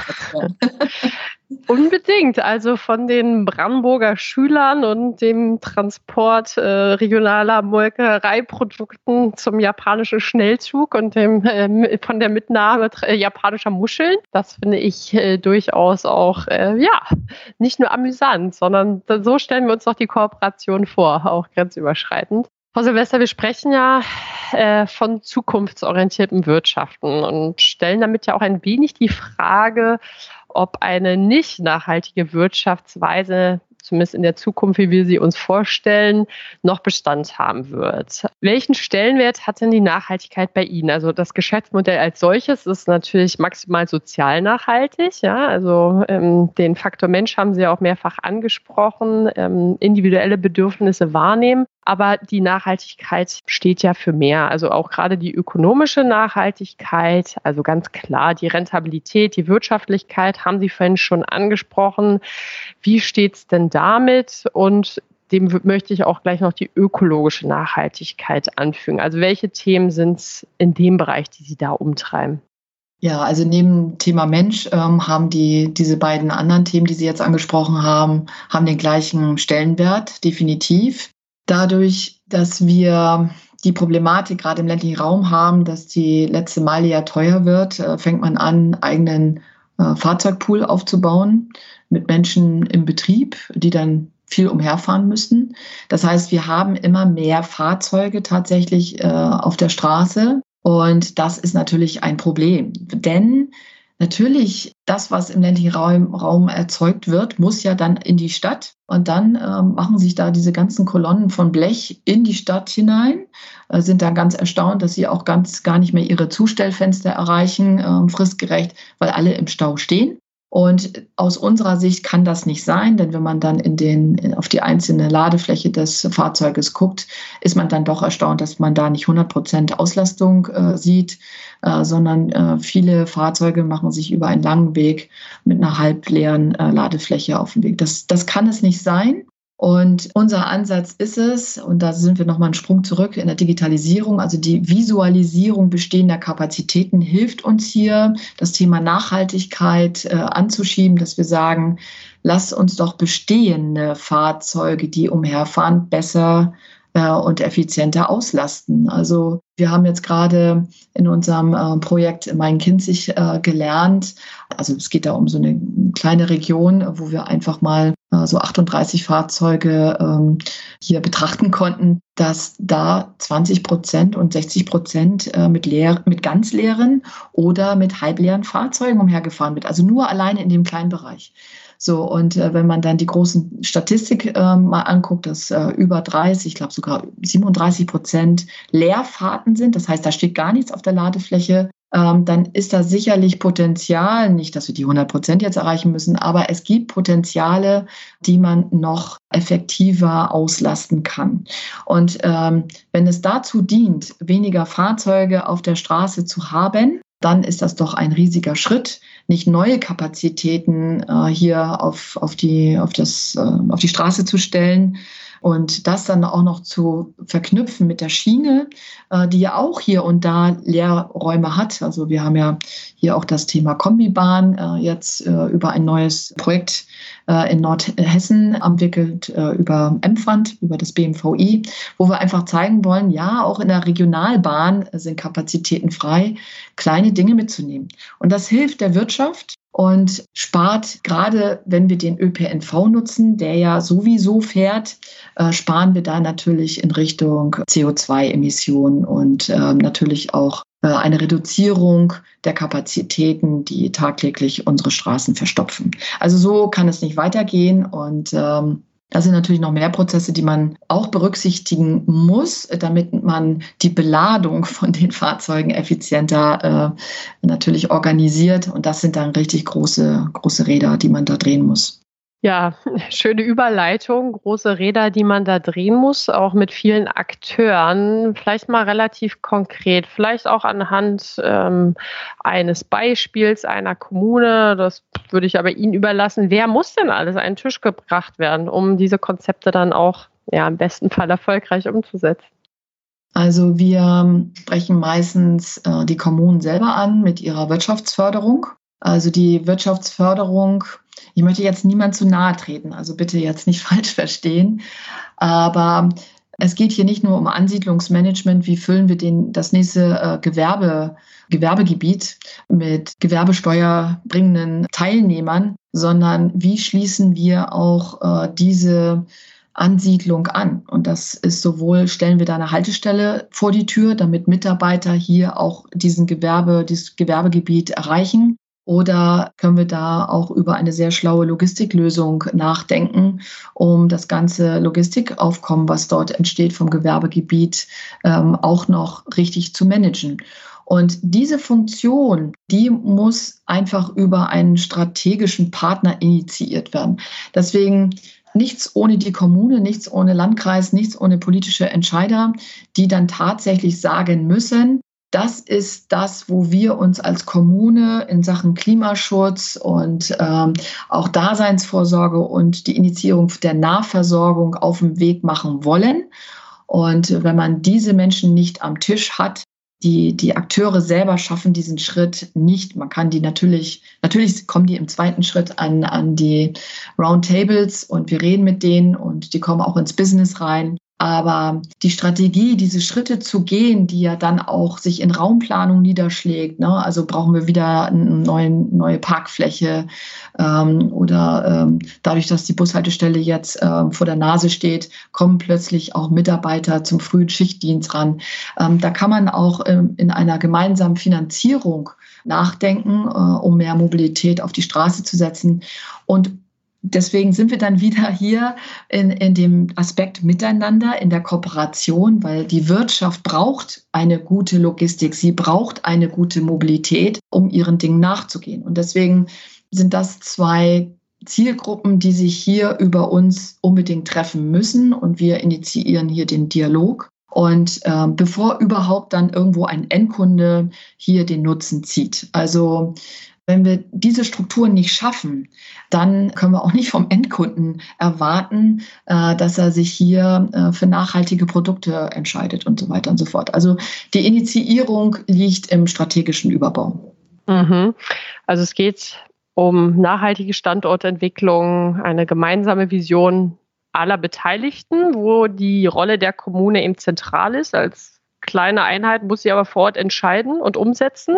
Unbedingt. Also von den Brandenburger Schülern und dem Transport regionaler Molkereiprodukten zum japanischen Schnellzug und von der Mitnahme japanischer Muscheln. Das finde ich durchaus auch nicht nur amüsant, sondern so stellen wir uns doch die Kooperation vor, auch grenzüberschreitend. Frau Silvester, wir sprechen ja von zukunftsorientierten Wirtschaften und stellen damit ja auch ein wenig die Frage, ob eine nicht nachhaltige Wirtschaftsweise, zumindest in der Zukunft, wie wir sie uns vorstellen, noch Bestand haben wird. Welchen Stellenwert hat denn die Nachhaltigkeit bei Ihnen? Also das Geschäftsmodell als solches ist natürlich maximal sozial nachhaltig. Ja? Also den Faktor Mensch haben Sie ja auch mehrfach angesprochen, individuelle Bedürfnisse wahrnehmen. Aber die Nachhaltigkeit steht ja für mehr. Also auch gerade die ökonomische Nachhaltigkeit, also ganz klar die Rentabilität, die Wirtschaftlichkeit haben Sie vorhin schon angesprochen. Wie steht es denn damit? Und dem möchte ich auch gleich noch die ökologische Nachhaltigkeit anfügen. Also welche Themen sind es in dem Bereich, die Sie da umtreiben? Ja, also neben Thema Mensch haben diese beiden anderen Themen, die Sie jetzt angesprochen haben den gleichen Stellenwert, definitiv. Dadurch, dass wir die Problematik gerade im ländlichen Raum haben, dass die letzte Meile ja teuer wird, fängt man an, eigenen Fahrzeugpool aufzubauen mit Menschen im Betrieb, die dann viel umherfahren müssen. Das heißt, wir haben immer mehr Fahrzeuge tatsächlich auf der Straße und das ist natürlich ein Problem, denn natürlich, das, was im ländlichen Raum erzeugt wird, muss ja dann in die Stadt. Und dann machen sich da diese ganzen Kolonnen von Blech in die Stadt hinein, sind dann ganz erstaunt, dass sie auch gar nicht mehr ihre Zustellfenster erreichen, fristgerecht, weil alle im Stau stehen. Und aus unserer Sicht kann das nicht sein, denn wenn man dann auf die einzelne Ladefläche des Fahrzeuges guckt, ist man dann doch erstaunt, dass man da nicht 100% Auslastung sieht, sondern viele Fahrzeuge machen sich über einen langen Weg mit einer halbleeren Ladefläche auf den Weg. Das kann es nicht sein. Und unser Ansatz ist es, und da sind wir nochmal einen Sprung zurück in der Digitalisierung, also die Visualisierung bestehender Kapazitäten hilft uns hier, das Thema Nachhaltigkeit anzuschieben, dass wir sagen, lass uns doch bestehende Fahrzeuge, die umherfahren, besser und effizienter auslasten. Also wir haben jetzt gerade in unserem Projekt in Main-Kinzig gelernt, also es geht da um so eine kleine Region, wo wir einfach mal so 38 Fahrzeuge hier betrachten konnten, dass da 20% und 60% mit ganz leeren oder mit halbleeren Fahrzeugen umhergefahren wird. Also nur alleine in dem kleinen Bereich. So, und wenn man dann die großen Statistik mal anguckt, dass über 30, ich glaube sogar 37% Leerfahrten sind, das heißt, da steht gar nichts auf der Ladefläche, dann ist da sicherlich Potenzial, nicht, dass wir die 100% jetzt erreichen müssen, aber es gibt Potenziale, die man noch effektiver auslasten kann. Und wenn es dazu dient, weniger Fahrzeuge auf der Straße zu haben, dann ist das doch ein riesiger Schritt, nicht neue Kapazitäten hier auf die Straße zu stellen und das dann auch noch zu verknüpfen mit der Schiene, die ja auch hier und da Leerräume hat. Also wir haben ja hier auch das Thema Kombibahn jetzt über ein neues Projekt in Nordhessen entwickelt über Emfand, über das BMVI, wo wir einfach zeigen wollen, ja, auch in der Regionalbahn sind Kapazitäten frei, kleine Dinge mitzunehmen. Und das hilft der Wirtschaft und spart, gerade wenn wir den ÖPNV nutzen, der ja sowieso fährt, sparen wir da natürlich in Richtung CO2-Emissionen und natürlich auch eine Reduzierung der Kapazitäten, die tagtäglich unsere Straßen verstopfen. Also so kann es nicht weitergehen und das sind natürlich noch mehr Prozesse, die man auch berücksichtigen muss, damit man die Beladung von den Fahrzeugen effizienter natürlich organisiert. Und das sind dann richtig große Räder, die man da drehen muss. Ja, schöne Überleitung, große Räder, die man da drehen muss, auch mit vielen Akteuren. Vielleicht mal relativ konkret, vielleicht auch anhand eines Beispiels einer Kommune. Das würde ich aber Ihnen überlassen. Wer muss denn alles an den Tisch gebracht werden, um diese Konzepte dann auch im besten Fall erfolgreich umzusetzen? Also wir sprechen meistens die Kommunen selber an mit ihrer Wirtschaftsförderung. Also die Wirtschaftsförderung, ich möchte jetzt niemand zu nahe treten, also bitte jetzt nicht falsch verstehen, aber es geht hier nicht nur um Ansiedlungsmanagement, wie füllen wir das nächste Gewerbegebiet mit gewerbesteuerbringenden Teilnehmern, sondern wie schließen wir auch diese Ansiedlung an. Und das ist sowohl, stellen wir da eine Haltestelle vor die Tür, damit Mitarbeiter hier auch dieses Gewerbegebiet erreichen. Oder können wir da auch über eine sehr schlaue Logistiklösung nachdenken, um das ganze Logistikaufkommen, was dort entsteht vom Gewerbegebiet, auch noch richtig zu managen. Und diese Funktion, die muss einfach über einen strategischen Partner initiiert werden. Deswegen nichts ohne die Kommune, nichts ohne Landkreis, nichts ohne politische Entscheider, die dann tatsächlich sagen müssen, das ist das, wo wir uns als Kommune in Sachen Klimaschutz und auch Daseinsvorsorge und die Initiierung der Nahversorgung auf den Weg machen wollen. Und wenn man diese Menschen nicht am Tisch hat, die Akteure selber schaffen diesen Schritt nicht. Man kann die natürlich kommen die im zweiten Schritt an die Roundtables und wir reden mit denen und die kommen auch ins Business rein. Aber die Strategie, diese Schritte zu gehen, die ja dann auch sich in Raumplanung niederschlägt, ne? Also brauchen wir wieder eine neue Parkfläche oder dadurch, dass die Bushaltestelle jetzt vor der Nase steht, kommen plötzlich auch Mitarbeiter zum frühen Schichtdienst ran. Da kann man auch in einer gemeinsamen Finanzierung nachdenken, um mehr Mobilität auf die Straße zu setzen. Und deswegen sind wir dann wieder hier in dem Aspekt Miteinander, in der Kooperation, weil die Wirtschaft braucht eine gute Logistik, sie braucht eine gute Mobilität, um ihren Dingen nachzugehen. Und deswegen sind das zwei Zielgruppen, die sich hier über uns unbedingt treffen müssen. Und wir initiieren hier den Dialog. Und bevor überhaupt dann irgendwo ein Endkunde hier den Nutzen zieht. Also wenn wir diese Strukturen nicht schaffen, dann können wir auch nicht vom Endkunden erwarten, dass er sich hier für nachhaltige Produkte entscheidet und so weiter und so fort. Also die Initiierung liegt im strategischen Überbau. Mhm. Also es geht um nachhaltige Standortentwicklung, eine gemeinsame Vision aller Beteiligten, wo die Rolle der Kommune eben zentral ist. Als kleine Einheit muss sie aber vor Ort entscheiden und umsetzen.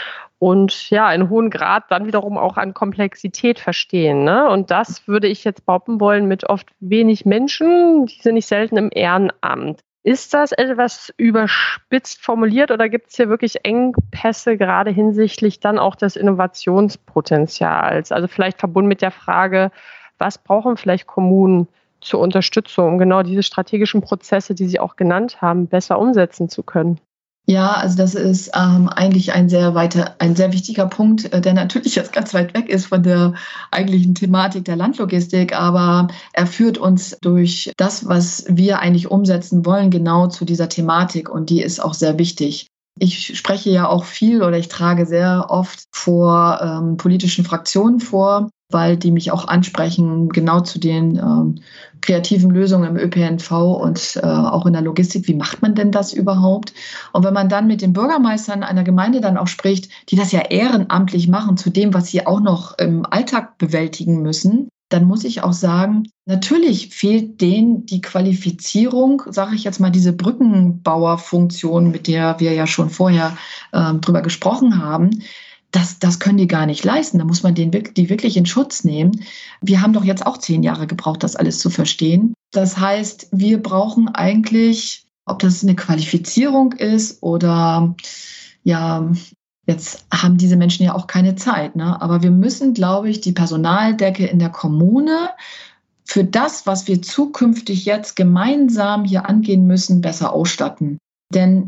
Und ja, in hohem Grad dann wiederum auch an Komplexität verstehen. Ne? Und das würde ich jetzt behaupten wollen mit oft wenig Menschen, die sind nicht selten im Ehrenamt. Ist das etwas überspitzt formuliert oder gibt es hier wirklich Engpässe, gerade hinsichtlich dann auch des Innovationspotenzials? Also vielleicht verbunden mit der Frage, was brauchen vielleicht Kommunen zur Unterstützung, um genau diese strategischen Prozesse, die Sie auch genannt haben, besser umsetzen zu können? Ja, also das ist eigentlich ein sehr wichtiger Punkt, der natürlich jetzt ganz weit weg ist von der eigentlichen Thematik der Landlogistik, aber er führt uns durch das, was wir eigentlich umsetzen wollen, genau zu dieser Thematik und die ist auch sehr wichtig. Ich spreche ja auch viel oder ich trage sehr oft vor politischen Fraktionen vor, weil die mich auch ansprechen, genau zu den kreativen Lösungen im ÖPNV und auch in der Logistik. Wie macht man denn das überhaupt? Und wenn man dann mit den Bürgermeistern einer Gemeinde dann auch spricht, die das ja ehrenamtlich machen, zu dem, was sie auch noch im Alltag bewältigen müssen, dann muss ich auch sagen, natürlich fehlt denen die Qualifizierung, sage ich jetzt mal, diese Brückenbauerfunktion, mit der wir ja schon vorher drüber gesprochen haben. Das können die gar nicht leisten. Da muss man die wirklich in Schutz nehmen. Wir haben doch jetzt auch 10 Jahre gebraucht, das alles zu verstehen. Das heißt, wir brauchen eigentlich, ob das eine Qualifizierung ist oder ja, jetzt haben diese Menschen ja auch keine Zeit, ne? Aber wir müssen, glaube ich, die Personaldecke in der Kommune für das, was wir zukünftig jetzt gemeinsam hier angehen müssen, besser ausstatten. Denn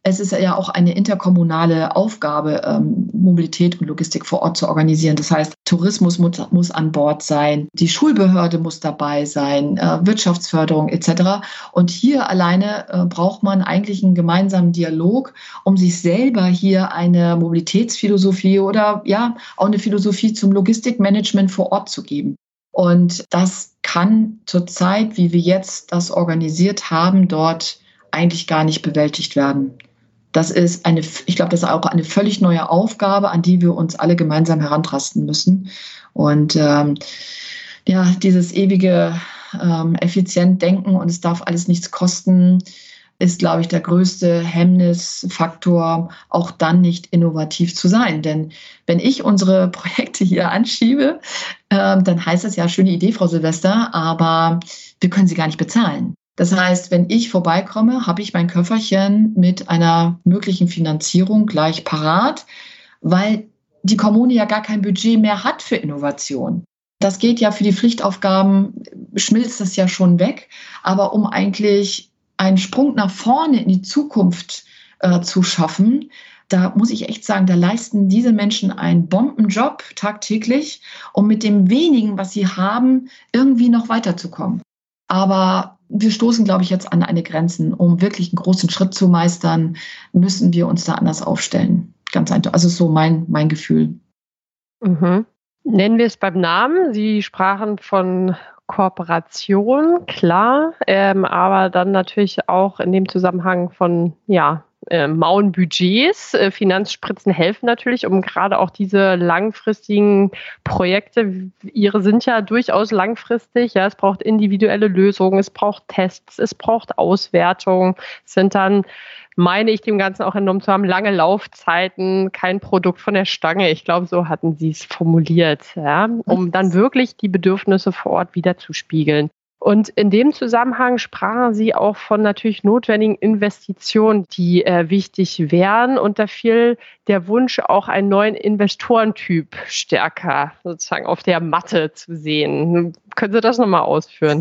es ist ja auch eine interkommunale Aufgabe, Mobilität und Logistik vor Ort zu organisieren. Das heißt, Tourismus muss an Bord sein, die Schulbehörde muss dabei sein, Wirtschaftsförderung etc. Und hier alleine braucht man eigentlich einen gemeinsamen Dialog, um sich selber hier eine Mobilitätsphilosophie oder ja auch eine Philosophie zum Logistikmanagement vor Ort zu geben. Und das kann zurzeit, wie wir jetzt das organisiert haben, dort eigentlich gar nicht bewältigt werden. Ich glaube, das ist auch eine völlig neue Aufgabe, an die wir uns alle gemeinsam herantasten müssen. Und dieses ewige effizient denken und es darf alles nichts kosten, ist, glaube ich, der größte Hemmnisfaktor, auch dann nicht innovativ zu sein. Denn wenn ich unsere Projekte hier anschiebe, dann heißt das ja, schöne Idee, Frau Silvester, aber wir können sie gar nicht bezahlen. Das heißt, wenn ich vorbeikomme, habe ich mein Köfferchen mit einer möglichen Finanzierung gleich parat, weil die Kommune ja gar kein Budget mehr hat für Innovation. Das geht ja für die Pflichtaufgaben, schmilzt das ja schon weg. Aber um eigentlich einen Sprung nach vorne in die Zukunft zu schaffen, da muss ich echt sagen, da leisten diese Menschen einen Bombenjob tagtäglich, um mit dem wenigen, was sie haben, irgendwie noch weiterzukommen. Aber wir stoßen, glaube ich, jetzt an eine Grenze. Um wirklich einen großen Schritt zu meistern, müssen wir uns da anders aufstellen. Ganz einfach. Also so mein Gefühl. Mhm. Nennen wir es beim Namen. Sie sprachen von Kooperation, klar, aber dann natürlich auch in dem Zusammenhang von mauen Budgets. Finanzspritzen helfen natürlich, um gerade auch diese langfristigen Projekte, ihre sind ja durchaus langfristig, ja, es braucht individuelle Lösungen, es braucht Tests, es braucht Auswertungen, es sind dann, meine ich, dem Ganzen auch entnommen zu haben, lange Laufzeiten, kein Produkt von der Stange. Ich glaube, so hatten Sie es formuliert, ja, um dann wirklich die Bedürfnisse vor Ort wiederzuspiegeln. Und in dem Zusammenhang sprachen Sie auch von natürlich notwendigen Investitionen, die wichtig wären. Und da fiel der Wunsch, auch einen neuen Investorentyp stärker sozusagen auf der Matte zu sehen. Können Sie das nochmal ausführen?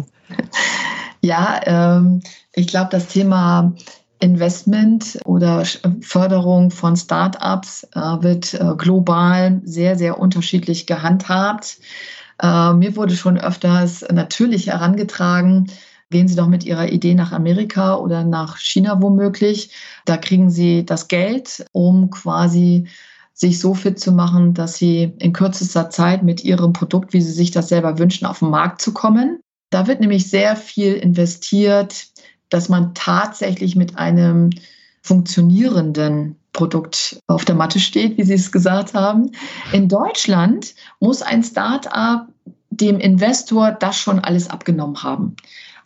Ja, ich glaube, das Thema Investment oder Förderung von Start-ups wird global sehr, sehr unterschiedlich gehandhabt. Mir wurde schon öfters natürlich herangetragen, gehen Sie doch mit Ihrer Idee nach Amerika oder nach China womöglich. Da kriegen Sie das Geld, um quasi sich so fit zu machen, dass Sie in kürzester Zeit mit Ihrem Produkt, wie Sie sich das selber wünschen, auf den Markt zu kommen. Da wird nämlich sehr viel investiert, dass man tatsächlich mit einem funktionierenden Produkt auf der Matte steht, wie Sie es gesagt haben. In Deutschland muss ein Start-up dem Investor das schon alles abgenommen haben.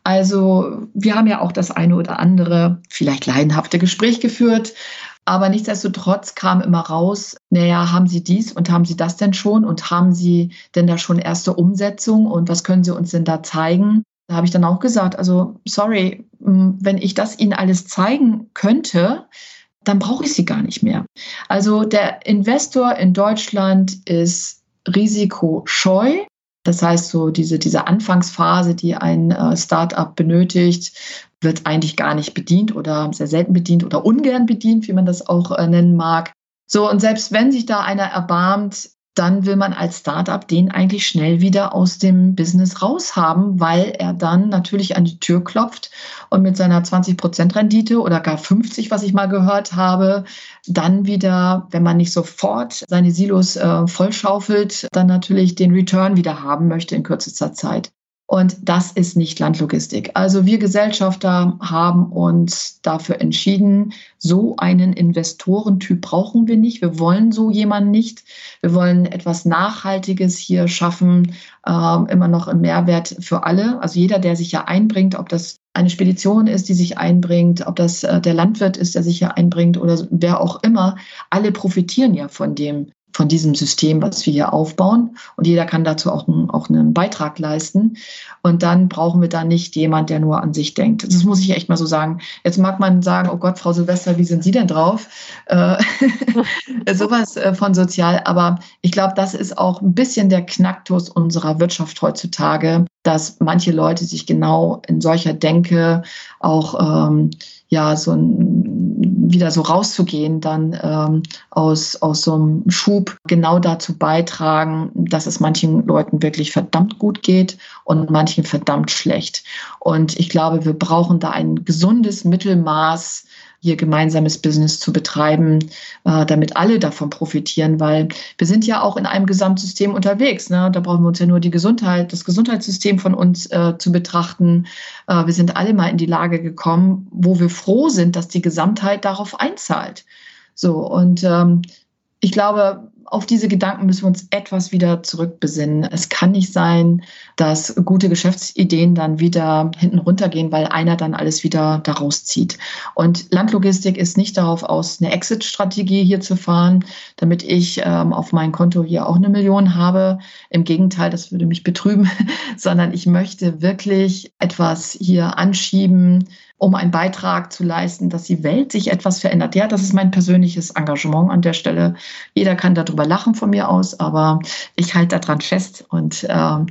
Also wir haben ja auch das eine oder andere, vielleicht leidenhafte Gespräch geführt, aber nichtsdestotrotz kam immer raus, haben Sie dies und haben Sie das denn schon und haben Sie denn da schon erste Umsetzung und was können Sie uns denn da zeigen? Da habe ich dann auch gesagt, also sorry, wenn ich das Ihnen alles zeigen könnte, dann brauche ich sie gar nicht mehr. Also der Investor in Deutschland ist risikoscheu. Das heißt, so diese Anfangsphase, die ein Start-up benötigt, wird eigentlich gar nicht bedient oder sehr selten bedient oder ungern bedient, wie man das auch nennen mag. So, und selbst wenn sich da einer erbarmt, dann will man als Startup den eigentlich schnell wieder aus dem Business raushaben, weil er dann natürlich an die Tür klopft und mit seiner 20% Rendite oder gar 50, was ich mal gehört habe, dann wieder, wenn man nicht sofort seine Silos vollschaufelt, dann natürlich den Return wieder haben möchte in kürzester Zeit. Und das ist nicht Landlogistik. Also wir Gesellschafter haben uns dafür entschieden, so einen Investorentyp brauchen wir nicht. Wir wollen so jemanden nicht. Wir wollen etwas Nachhaltiges hier schaffen, immer noch einen Mehrwert für alle. Also jeder, der sich ja einbringt, ob das eine Spedition ist, die sich einbringt, ob das der Landwirt ist, der sich hier einbringt oder wer auch immer, alle profitieren ja von diesem System, was wir hier aufbauen. Und jeder kann dazu auch einen Beitrag leisten. Und dann brauchen wir da nicht jemand, der nur an sich denkt. Das muss ich echt mal so sagen. Jetzt mag man sagen, oh Gott, Frau Silvester, wie sind Sie denn drauf? Sowas von sozial. Aber ich glaube, das ist auch ein bisschen der Knacktus unserer Wirtschaft heutzutage, dass manche Leute sich genau in solcher Denke auch so ein wieder so rauszugehen, dann aus so einem Schub genau dazu beitragen, dass es manchen Leuten wirklich verdammt gut geht und manchen verdammt schlecht. Und ich glaube, wir brauchen da ein gesundes Mittelmaß, hier gemeinsames Business zu betreiben, damit alle davon profitieren, weil wir sind ja auch in einem Gesamtsystem unterwegs. Ne? Da brauchen wir uns ja nur das Gesundheitssystem von uns zu betrachten. Wir sind alle mal in die Lage gekommen, wo wir froh sind, dass die Gesamtheit darauf einzahlt. So, und ich glaube, auf diese Gedanken müssen wir uns etwas wieder zurückbesinnen. Es kann nicht sein, dass gute Geschäftsideen dann wieder hinten runtergehen, weil einer dann alles wieder daraus zieht. Und Landlogistik ist nicht darauf aus, eine Exit-Strategie hier zu fahren, damit ich auf mein Konto hier auch 1 Million habe. Im Gegenteil, das würde mich betrüben, sondern ich möchte wirklich etwas hier anschieben, um einen Beitrag zu leisten, dass die Welt sich etwas verändert. Ja, das ist mein persönliches Engagement an der Stelle. Jeder kann darüber lachen von mir aus, aber ich halte daran fest und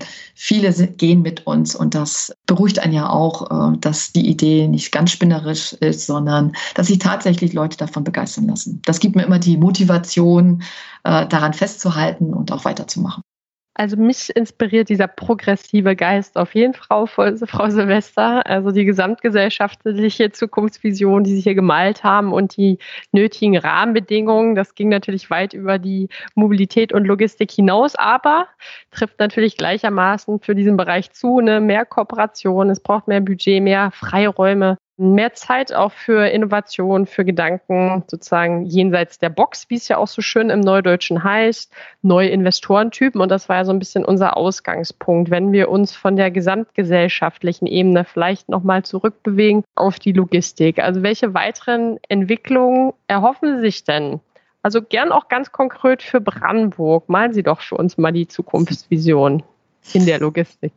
viele gehen mit uns und das beruhigt einen ja auch, dass die Idee nicht ganz spinnerisch ist, sondern dass sich tatsächlich Leute davon begeistern lassen. Das gibt mir immer die Motivation, daran festzuhalten und auch weiterzumachen. Also mich inspiriert dieser progressive Geist auf jeden Fall, Frau Silvester. Also die gesamtgesellschaftliche Zukunftsvision, die Sie hier gemalt haben und die nötigen Rahmenbedingungen, das ging natürlich weit über die Mobilität und Logistik hinaus, aber trifft natürlich gleichermaßen für diesen Bereich zu, ne? Mehr Kooperation, es braucht mehr Budget, mehr Freiräume. Mehr Zeit auch für Innovation, für Gedanken sozusagen jenseits der Box, wie es ja auch so schön im Neudeutschen heißt, neue Investorentypen. Und das war ja so ein bisschen unser Ausgangspunkt, wenn wir uns von der gesamtgesellschaftlichen Ebene vielleicht nochmal zurückbewegen auf die Logistik. Also welche weiteren Entwicklungen erhoffen Sie sich denn? Also gern auch ganz konkret für Brandenburg. Malen Sie doch für uns mal die Zukunftsvision in der Logistik.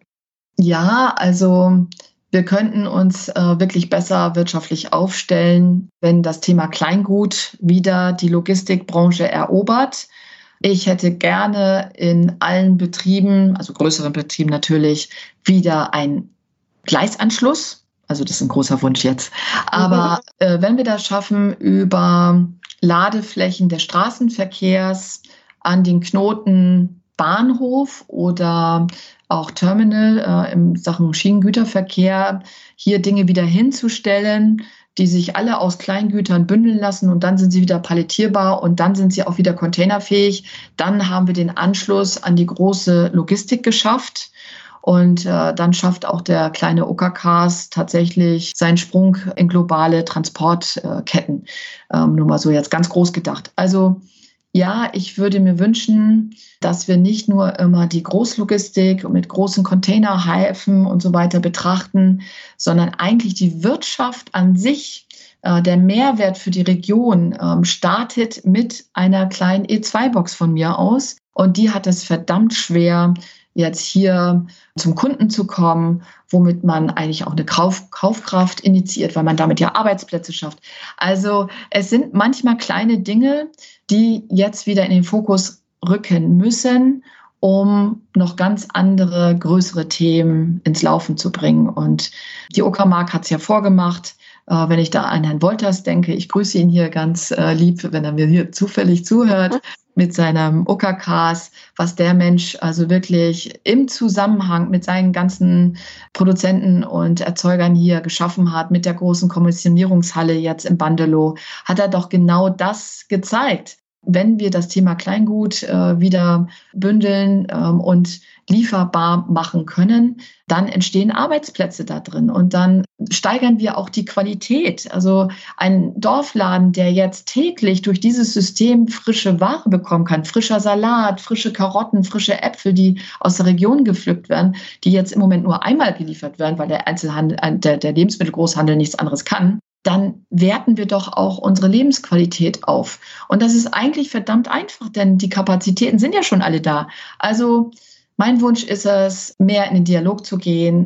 Ja, also wir könnten uns wirklich besser wirtschaftlich aufstellen, wenn das Thema Kleingut wieder die Logistikbranche erobert. Ich hätte gerne in allen Betrieben, also größeren Betrieben natürlich, wieder einen Gleisanschluss. Also das ist ein großer Wunsch jetzt. Aber wenn wir das schaffen, über Ladeflächen des Straßenverkehrs an den Knoten Bahnhof oder auch Terminal in Sachen Schienengüterverkehr, hier Dinge wieder hinzustellen, die sich alle aus Kleingütern bündeln lassen und dann sind sie wieder palettierbar und dann sind sie auch wieder containerfähig. Dann haben wir den Anschluss an die große Logistik geschafft. Und dann schafft auch der kleine OKKs tatsächlich seinen Sprung in globale Transportketten. Nur mal so jetzt ganz groß gedacht. Also ja, ich würde mir wünschen, dass wir nicht nur immer die Großlogistik mit großen Containerhäfen und so weiter betrachten, sondern eigentlich die Wirtschaft an sich, der Mehrwert für die Region startet mit einer kleinen E2-Box von mir aus. Und die hat es verdammt schwer, jetzt hier zum Kunden zu kommen, womit man eigentlich auch eine Kaufkraft initiiert, weil man damit ja Arbeitsplätze schafft. Also es sind manchmal kleine Dinge, die jetzt wieder in den Fokus rücken müssen, um noch ganz andere, größere Themen ins Laufen zu bringen. Und die Uckermark hat es ja vorgemacht. Wenn ich da an Herrn Wolters denke, ich grüße ihn hier ganz lieb, wenn er mir hier zufällig zuhört, mit seinem UKKs, was der Mensch also wirklich im Zusammenhang mit seinen ganzen Produzenten und Erzeugern hier geschaffen hat, mit der großen Kommissionierungshalle jetzt im Bandelow, hat er doch genau das gezeigt. Wenn wir das Thema Kleingut wieder bündeln und lieferbar machen können, dann entstehen Arbeitsplätze da drin und dann steigern wir auch die Qualität. Also ein Dorfladen, der jetzt täglich durch dieses System frische Ware bekommen kann, frischer Salat, frische Karotten, frische Äpfel, die aus der Region gepflückt werden, die jetzt im Moment nur einmal geliefert werden, weil der Einzelhandel, der Lebensmittelgroßhandel nichts anderes kann, dann werten wir doch auch unsere Lebensqualität auf. Und das ist eigentlich verdammt einfach, denn die Kapazitäten sind ja schon alle da. Also mein Wunsch ist es, mehr in den Dialog zu gehen,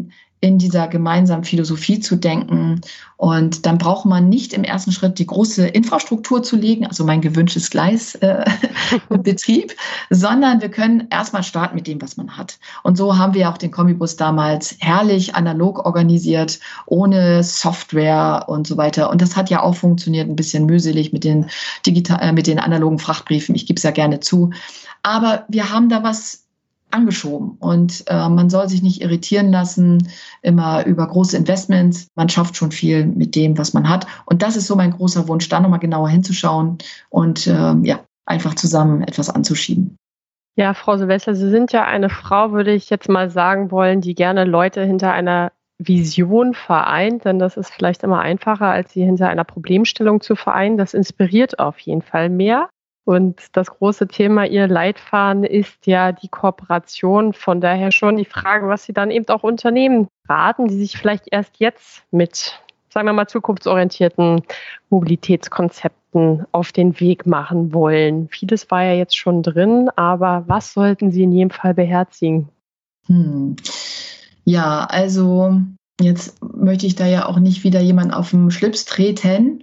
in dieser gemeinsamen Philosophie zu denken. Und dann braucht man nicht im ersten Schritt die große Infrastruktur zu legen, also mein gewünschtes Gleisbetrieb, sondern wir können erstmal starten mit dem, was man hat. Und so haben wir auch den Kombibus damals herrlich analog organisiert, ohne Software und so weiter. Und das hat ja auch funktioniert, ein bisschen mühselig mit den analogen Frachtbriefen. Ich gebe es ja gerne zu. Aber wir haben da was angeschoben und man soll sich nicht irritieren lassen, immer über große Investments. Man schafft schon viel mit dem, was man hat. Und das ist so mein großer Wunsch, da nochmal genauer hinzuschauen und einfach zusammen etwas anzuschieben. Ja, Frau Silvester, Sie sind ja eine Frau, würde ich jetzt mal sagen wollen, die gerne Leute hinter einer Vision vereint, denn das ist vielleicht immer einfacher, als sie hinter einer Problemstellung zu vereinen. Das inspiriert auf jeden Fall mehr. Und das große Thema, Ihr Leitfaden ist ja die Kooperation. Von daher schon die Frage, was Sie dann eben auch Unternehmen raten, die sich vielleicht erst jetzt mit, sagen wir mal, zukunftsorientierten Mobilitätskonzepten auf den Weg machen wollen. Vieles war ja jetzt schon drin, aber was sollten Sie in jedem Fall beherzigen? Ja, also jetzt möchte ich da ja auch nicht wieder jemand auf den Schlips treten,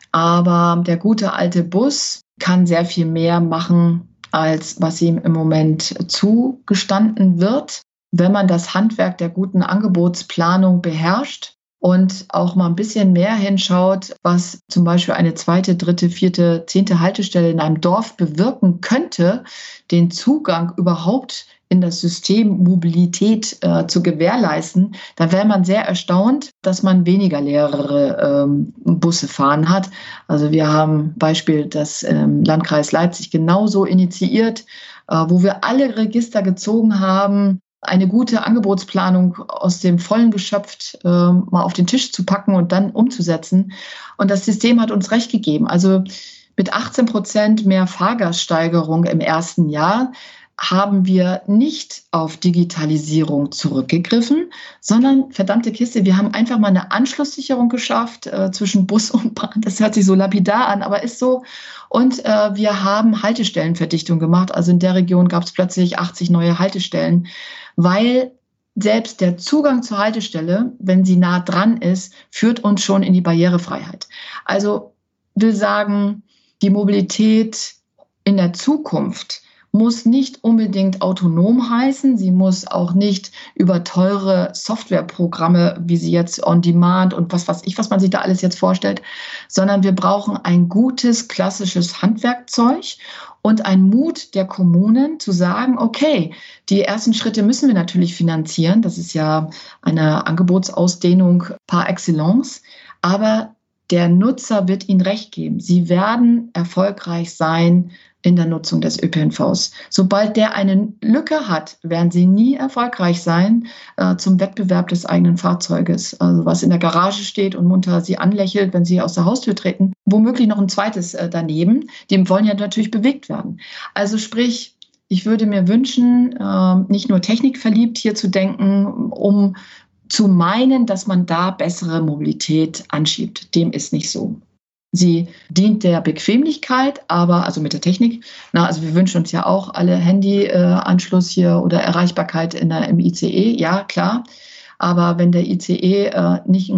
aber der gute alte Bus kann sehr viel mehr machen, als was ihm im Moment zugestanden wird, wenn man das Handwerk der guten Angebotsplanung beherrscht und auch mal ein bisschen mehr hinschaut, was zum Beispiel eine 2., 3., 4., 10. Haltestelle in einem Dorf bewirken könnte, den Zugang überhaupt in das System Mobilität zu gewährleisten, dann wäre man sehr erstaunt, dass man weniger leere Busse fahren hat. Also wir haben Beispiel das Landkreis Leipzig genauso initiiert, wo wir alle Register gezogen haben, eine gute Angebotsplanung aus dem Vollen geschöpft mal auf den Tisch zu packen und dann umzusetzen. Und das System hat uns recht gegeben. Also mit 18% mehr Fahrgaststeigerung im ersten Jahr haben wir nicht auf Digitalisierung zurückgegriffen, sondern verdammte Kiste, wir haben einfach mal eine Anschlusssicherung geschafft zwischen Bus und Bahn. Das hört sich so lapidar an, aber ist so. Und wir haben Haltestellenverdichtung gemacht. Also in der Region gab es plötzlich 80 neue Haltestellen, weil selbst der Zugang zur Haltestelle, wenn sie nah dran ist, führt uns schon in die Barrierefreiheit. Also will sagen, die Mobilität in der Zukunft muss nicht unbedingt autonom heißen. Sie muss auch nicht über teure Softwareprogramme, wie sie jetzt on demand und was man sich da alles jetzt vorstellt, sondern wir brauchen ein gutes, klassisches Handwerkzeug und einen Mut der Kommunen zu sagen, okay, die ersten Schritte müssen wir natürlich finanzieren. Das ist ja eine Angebotsausdehnung par excellence. Aber der Nutzer wird Ihnen recht geben. Sie werden erfolgreich sein in der Nutzung des ÖPNVs. Sobald der eine Lücke hat, werden Sie nie erfolgreich sein zum Wettbewerb des eigenen Fahrzeuges. Also was in der Garage steht und munter Sie anlächelt, wenn Sie aus der Haustür treten. Womöglich noch ein zweites daneben. Die wollen ja natürlich bewegt werden. Also sprich, ich würde mir wünschen, nicht nur technikverliebt hier zu denken, um zu meinen, dass man da bessere Mobilität anschiebt. Dem ist nicht so. Sie dient der Bequemlichkeit, aber also mit der Technik. Also wir wünschen uns ja auch alle Handyanschluss hier oder Erreichbarkeit im ICE, ja klar. Aber wenn der ICE nicht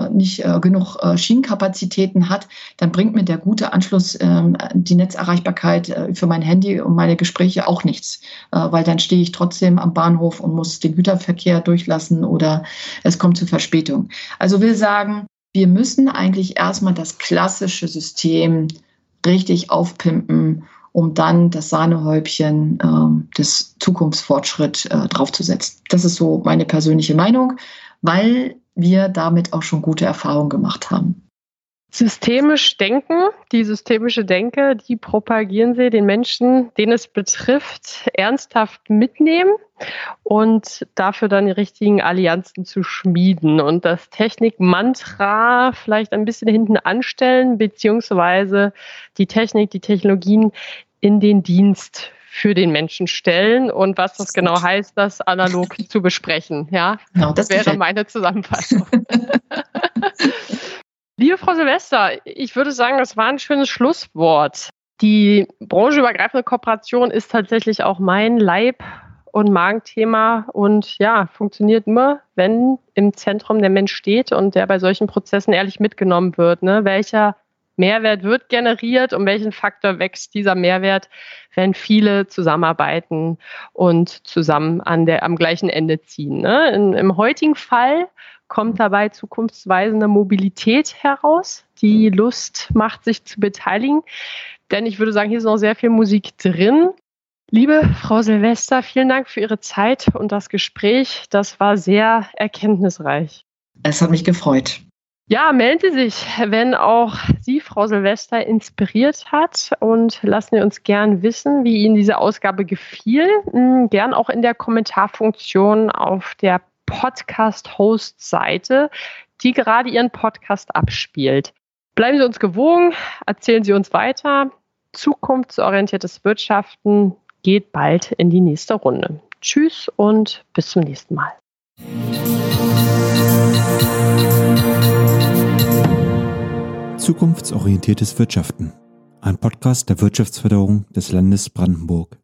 genug Schienenkapazitäten hat, dann bringt mir der gute Anschluss, die Netzerreichbarkeit für mein Handy und meine Gespräche auch nichts. Weil dann stehe ich trotzdem am Bahnhof und muss den Güterverkehr durchlassen oder es kommt zu Verspätung. Also will sagen, wir müssen eigentlich erstmal das klassische System richtig aufpimpen, um dann das Sahnehäubchen des Zukunftsfortschritts draufzusetzen. Das ist so meine persönliche Meinung, weil wir damit auch schon gute Erfahrungen gemacht haben. Systemisch denken, die systemische Denke, die propagieren Sie den Menschen, denen es betrifft, ernsthaft mitnehmen und dafür dann die richtigen Allianzen zu schmieden und das Technik-Mantra vielleicht ein bisschen hinten anstellen, beziehungsweise die Technik, die Technologien in den Dienst für den Menschen stellen und was das genau heißt, das analog zu besprechen. Ja, genau, das wäre meine Zusammenfassung. Liebe Frau Silvester, ich würde sagen, das war ein schönes Schlusswort. Die branchenübergreifende Kooperation ist tatsächlich auch mein Leib- und Magenthema und ja, funktioniert nur, wenn im Zentrum der Mensch steht und der bei solchen Prozessen ehrlich mitgenommen wird. Ne? Welcher Mehrwert wird generiert, um welchen Faktor wächst dieser Mehrwert, wenn viele zusammenarbeiten und zusammen am gleichen Ende ziehen. Ne? Im heutigen Fall kommt dabei zukunftsweisende Mobilität heraus, die Lust macht, sich zu beteiligen. Denn ich würde sagen, hier ist noch sehr viel Musik drin. Liebe Frau Silvester, vielen Dank für Ihre Zeit und das Gespräch. Das war sehr erkenntnisreich. Es hat mich gefreut. Ja, melden Sie sich, wenn auch Sie, Frau Silvester, inspiriert hat und lassen Sie uns gern wissen, wie Ihnen diese Ausgabe gefiel. Gern auch in der Kommentarfunktion auf der Podcast-Host-Seite, die gerade Ihren Podcast abspielt. Bleiben Sie uns gewogen, erzählen Sie uns weiter. Zukunftsorientiertes Wirtschaften geht bald in die nächste Runde. Tschüss und bis zum nächsten Mal. Zukunftsorientiertes Wirtschaften. Ein Podcast der Wirtschaftsförderung des Landes Brandenburg.